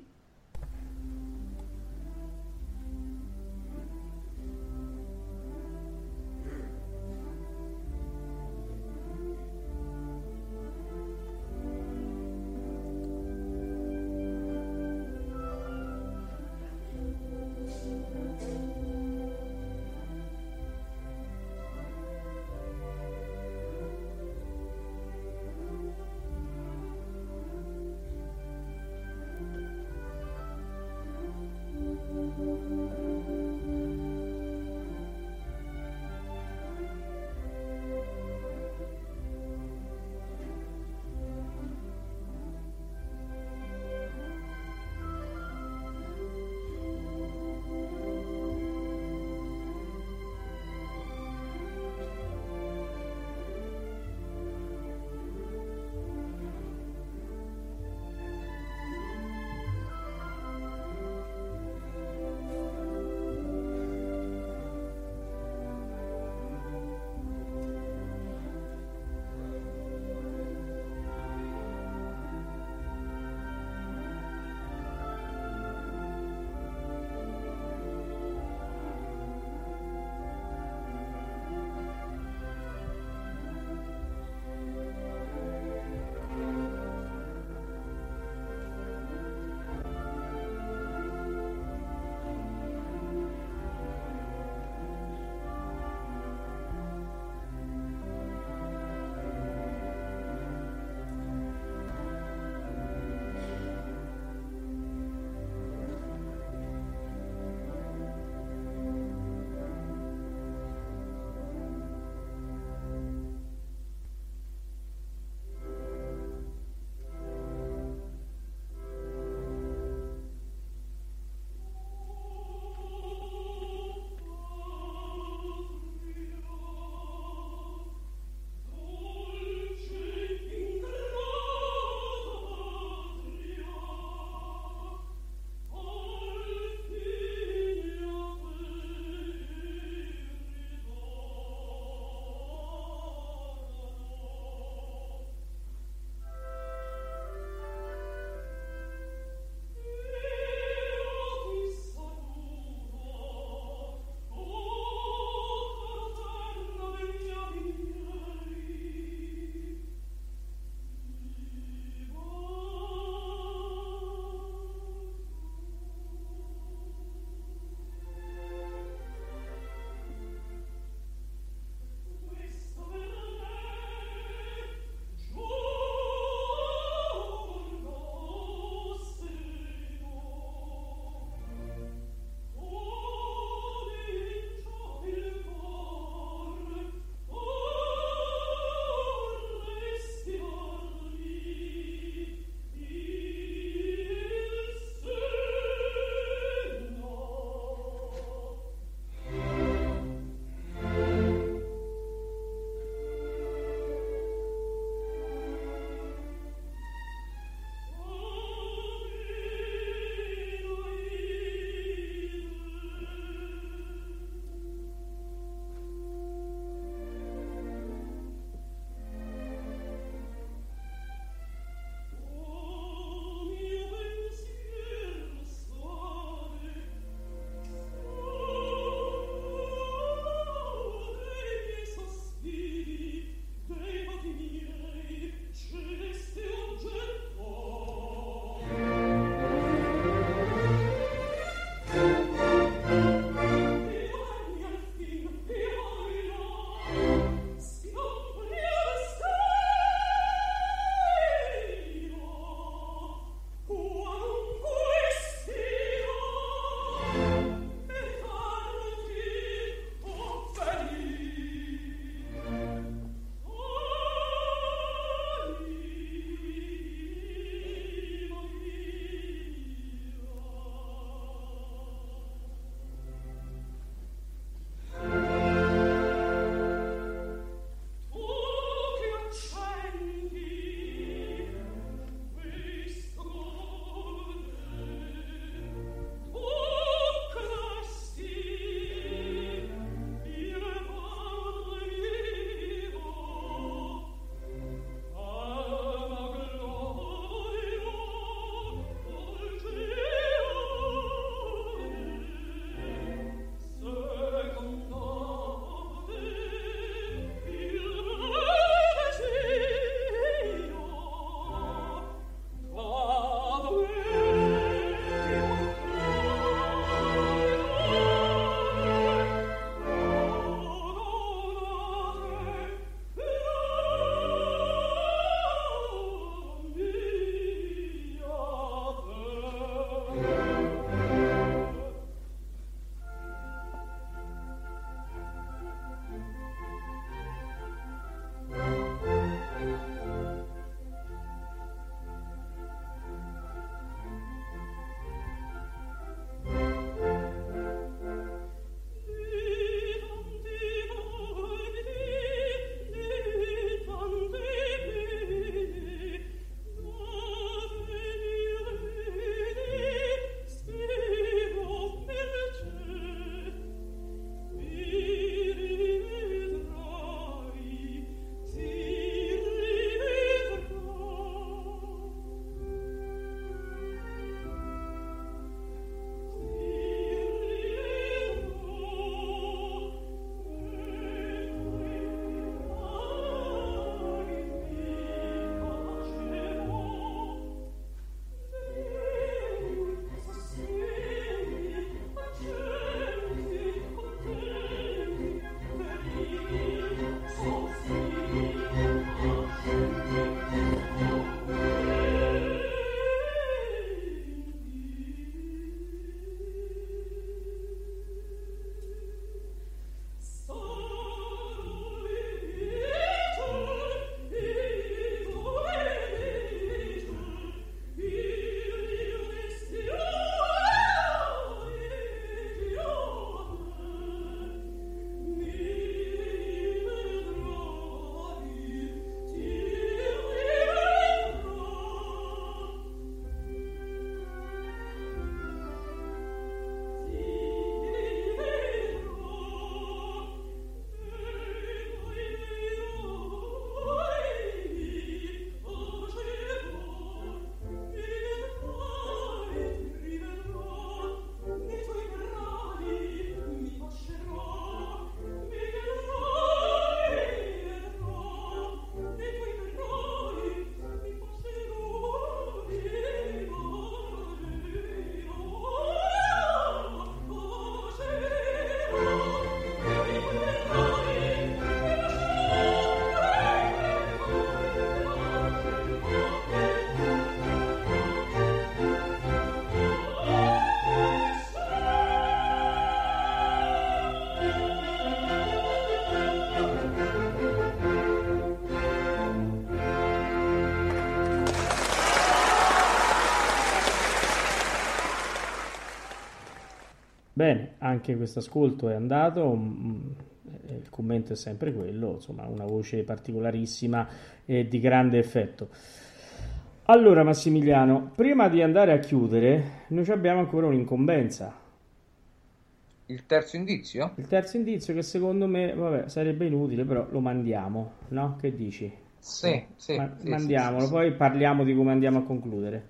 Bene, anche questo ascolto è andato, il commento è sempre quello, insomma, una voce particolarissima e di grande effetto. Allora, Massimiliano, prima di andare a chiudere, noi abbiamo ancora un'incombenza. Il terzo indizio? Il terzo indizio che secondo me, vabbè, sarebbe inutile, però lo mandiamo, no? Che dici? Sì, mandiamolo, sì. poi parliamo di come andiamo a concludere.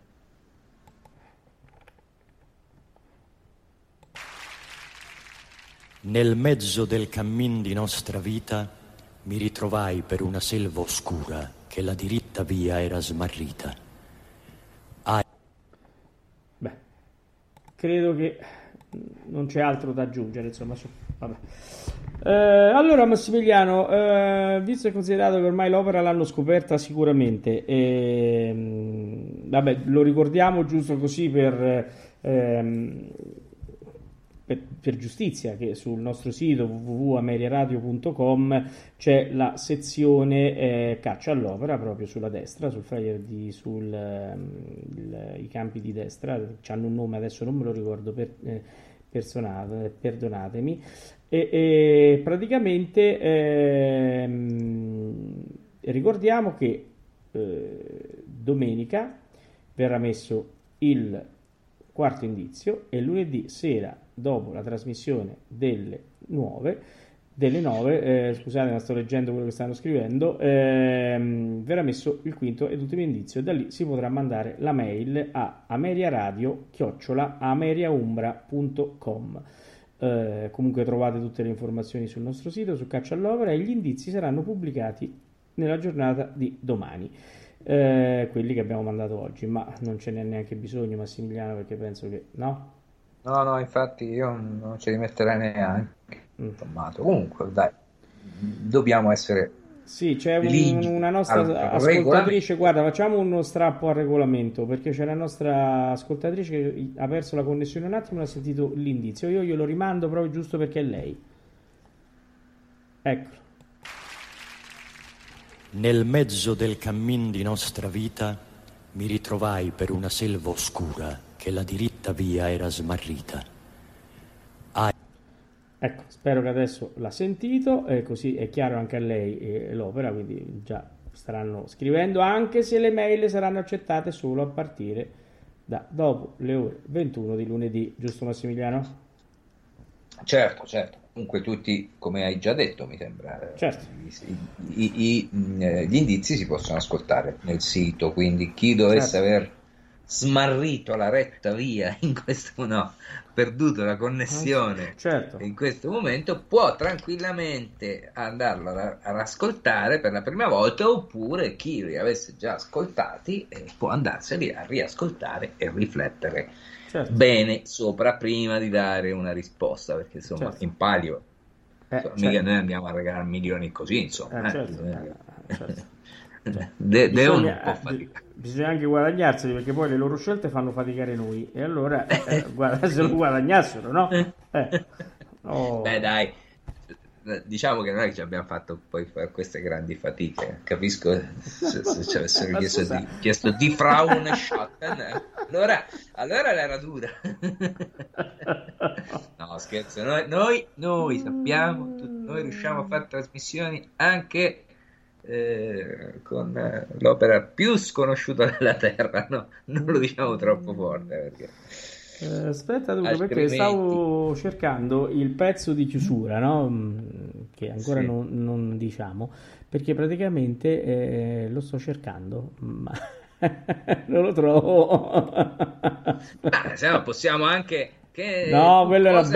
Nel mezzo del cammin di nostra vita mi ritrovai per una selva oscura che la diritta via era smarrita. Beh, credo che non c'è altro da aggiungere, insomma, vabbè. Allora Massimiliano, visto e considerato che ormai l'opera l'hanno scoperta sicuramente, vabbè, lo ricordiamo giusto così per giustizia, che sul nostro sito www.ameriaradio.com c'è la sezione caccia all'opera proprio sulla destra, sul flyer i campi di destra, hanno un nome, adesso non me lo ricordo, perdonatemi, e praticamente ricordiamo che domenica verrà messo il quarto indizio e lunedì sera, dopo la trasmissione delle 9, scusate, ma sto leggendo quello che stanno scrivendo, verrà messo il quinto ed ultimo indizio, e da lì si potrà mandare la mail a ameriaradio@ameriaumbra.com. Comunque trovate tutte le informazioni sul nostro sito, su Caccia all'Opera, e gli indizi saranno pubblicati nella giornata di domani. Quelli che abbiamo mandato oggi, ma non ce n'è neanche bisogno, Massimiliano, perché penso che no, infatti io non ci rimetterei neanche insommato. Comunque dai, dobbiamo essere c'è una nostra ascoltatrice, guarda, facciamo uno strappo al regolamento, perché c'è la nostra ascoltatrice che ha perso la connessione un attimo, non ha sentito l'indizio, io glielo rimando proprio giusto perché è lei. Eccolo. Nel mezzo del cammin di nostra vita mi ritrovai per una selva oscura che la diritta via era smarrita. Ecco, spero che adesso l'ha sentito, così è chiaro anche a lei l'opera, quindi già staranno scrivendo, anche se le mail saranno accettate solo a partire da dopo le ore 21 di lunedì, giusto Massimiliano? Certo. Comunque tutti, come hai già detto, mi sembra, certo. Gli indizi si possono ascoltare nel sito, quindi chi dovesse aver smarrito la retta via perduto la connessione in questo momento, può tranquillamente andarlo ad ascoltare per la prima volta, oppure chi li avesse già ascoltati può andarseli a riascoltare e riflettere bene sopra prima di dare una risposta, perché insomma in palio mica noi andiamo a regalare milioni così, insomma bisogna anche guadagnarseli, perché poi le loro scelte fanno faticare noi, e allora se lo guadagnassero, no? Beh dai, diciamo che non è che ci abbiamo fatto poi fare queste grandi fatiche, capisco se ci avessero chiesto di Frauen Schatten, allora l'era dura. No, scherzo, noi sappiamo, noi riusciamo a fare trasmissioni anche con l'opera più sconosciuta della terra, no? Non lo diciamo troppo forte, perché aspetta, dunque, perché stavo cercando il pezzo di chiusura, no? Che ancora non diciamo, perché praticamente lo sto cercando, ma non lo trovo. Se no possiamo anche no, quello era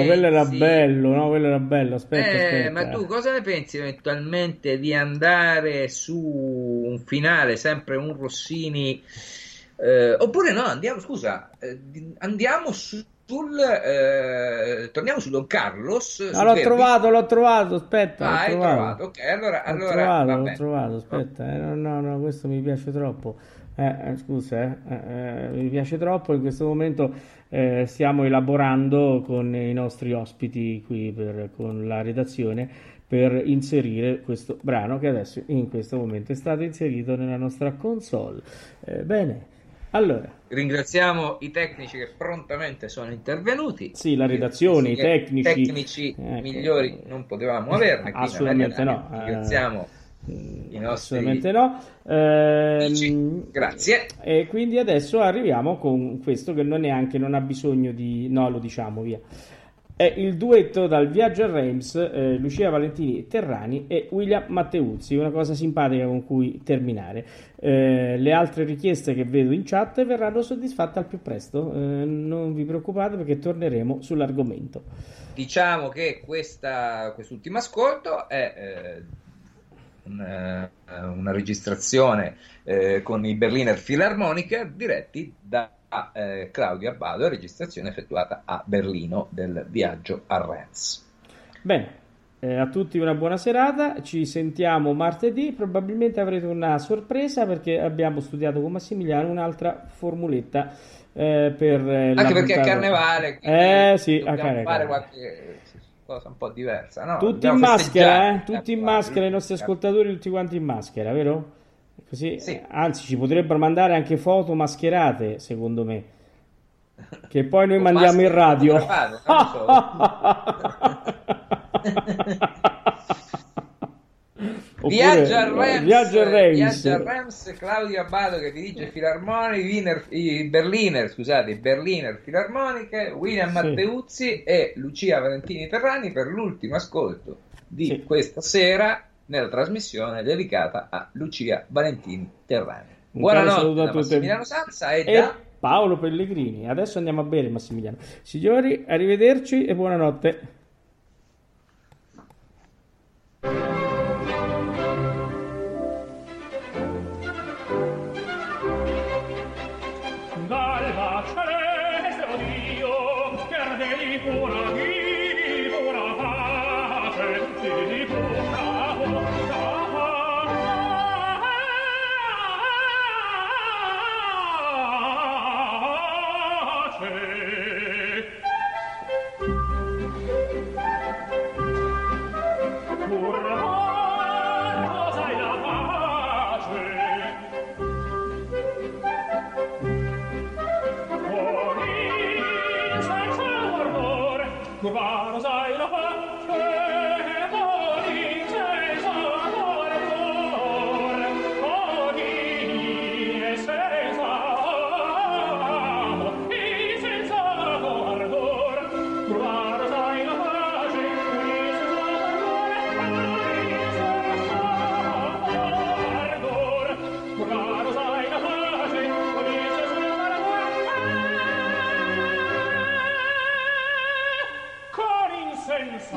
bello, aspetta. Ma tu cosa ne pensi eventualmente di andare su un finale, sempre un Rossini, oppure no, andiamo torniamo su Don Carlos. L'ho trovato, aspetta. Hai trovato? Ok, allora l'ho trovato, aspetta, no, questo mi piace troppo. Scusa, mi piace troppo. In questo momento stiamo elaborando con i nostri ospiti qui con la redazione per inserire questo brano che adesso in questo momento è stato inserito nella nostra console. Bene, Allora, ringraziamo i tecnici che prontamente sono intervenuti. Sì, la redazione, i tecnici migliori non potevamo averne. Assolutamente no. Ringraziamo i nostri assolutamente no. Grazie. E quindi adesso arriviamo con questo che non ha bisogno di... No, lo diciamo, via. È il duetto dal Viaggio a Reims, Lucia Valentini Terrani e William Matteuzzi, una cosa simpatica con cui terminare. Le altre richieste che vedo in chat verranno soddisfatte al più presto, non vi preoccupate perché torneremo sull'argomento. Diciamo che quest'ultimo ascolto è una registrazione con i Berliner Philharmoniker diretti da Claudio Abbado, registrazione effettuata a Berlino del Viaggio a Reims. Bene, a tutti una buona serata, ci sentiamo martedì, probabilmente avrete una sorpresa perché abbiamo studiato con Massimiliano un'altra formuletta per anche perché è carnevale, sì, dobbiamo fare qualche cosa un po' diversa, no? Tutti in maschera, tutti in maschera, i nostri ascoltatori tutti quanti in maschera, vero? Così, sì. Anzi, ci potrebbero mandare anche foto mascherate, secondo me, che poi noi mandiamo in radio. Viaggio a Reims, Claudio Abbado che dirige i Berliner Philharmoniche, William Matteuzzi e Lucia Valentini Terrani per l'ultimo ascolto di questa sera nella trasmissione dedicata a Lucia Valentini Terrani. Buonanotte da Massimiliano Sanza e da Paolo Pellegrini. Adesso andiamo a bere, Massimiliano. Signori, arrivederci e buonanotte. Dalla celeste odio che ardei pura pace di pura curvaro sai la pace ogni senza guardor ogni senza amo e senza guardor curvaro sai la pace ogni senza guardor curvaro sai la pace ogni senza senza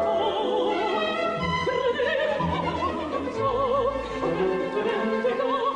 Oh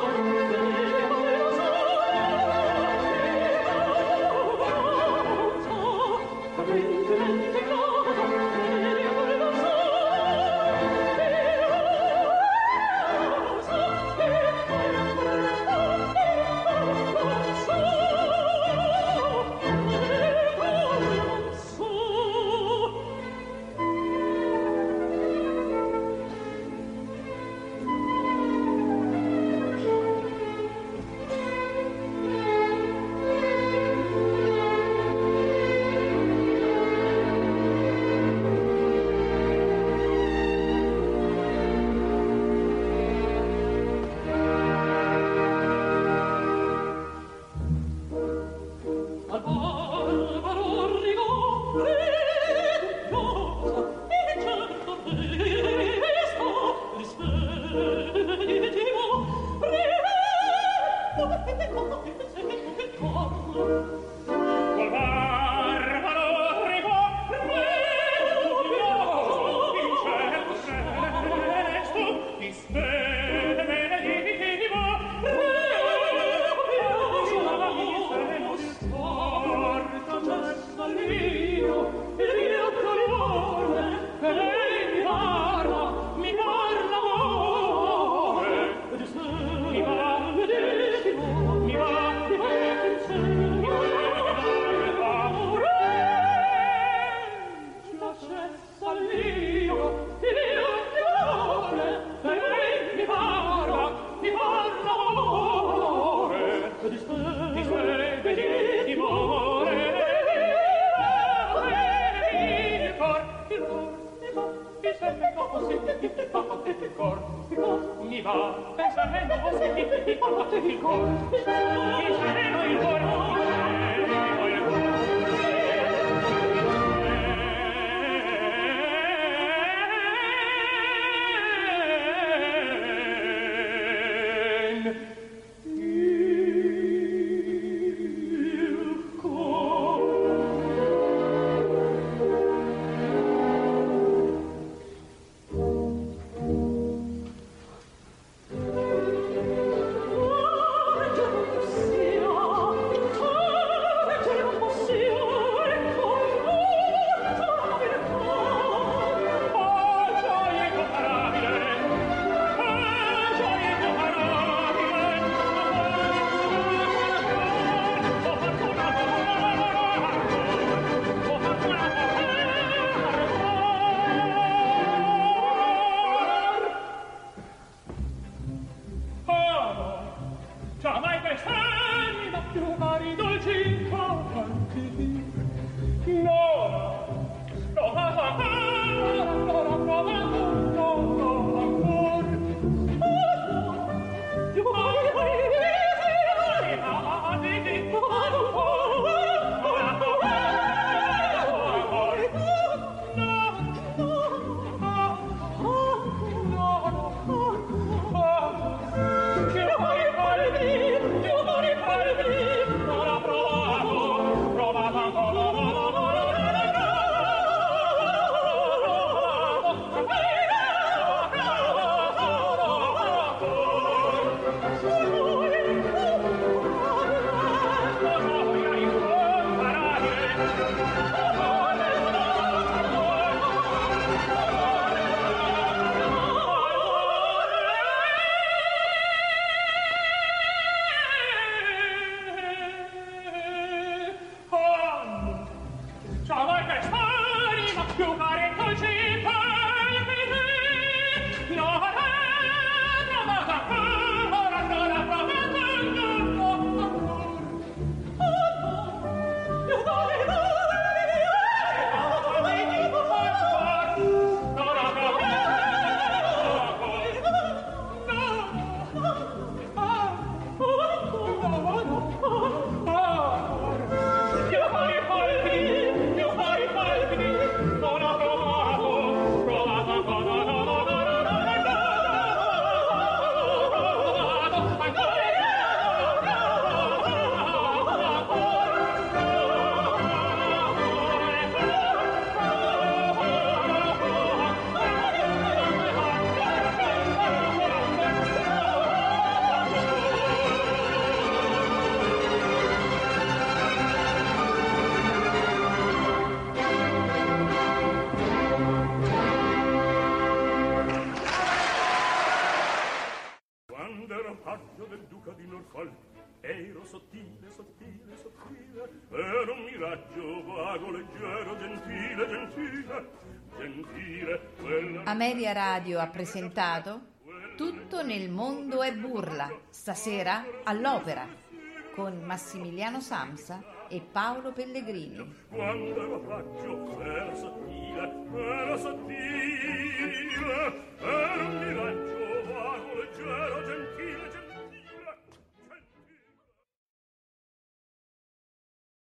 Ero sottile, sottile, sottile, ero un miraggio vago, leggero, gentile, gentile, gentile. Ameria Radio ha presentato Tutto nel mondo è burla, stasera all'Opera, con Massimiliano Samsa e Paolo Pellegrini. Quando ero raggio, era sottile, era sottile, era un miraggio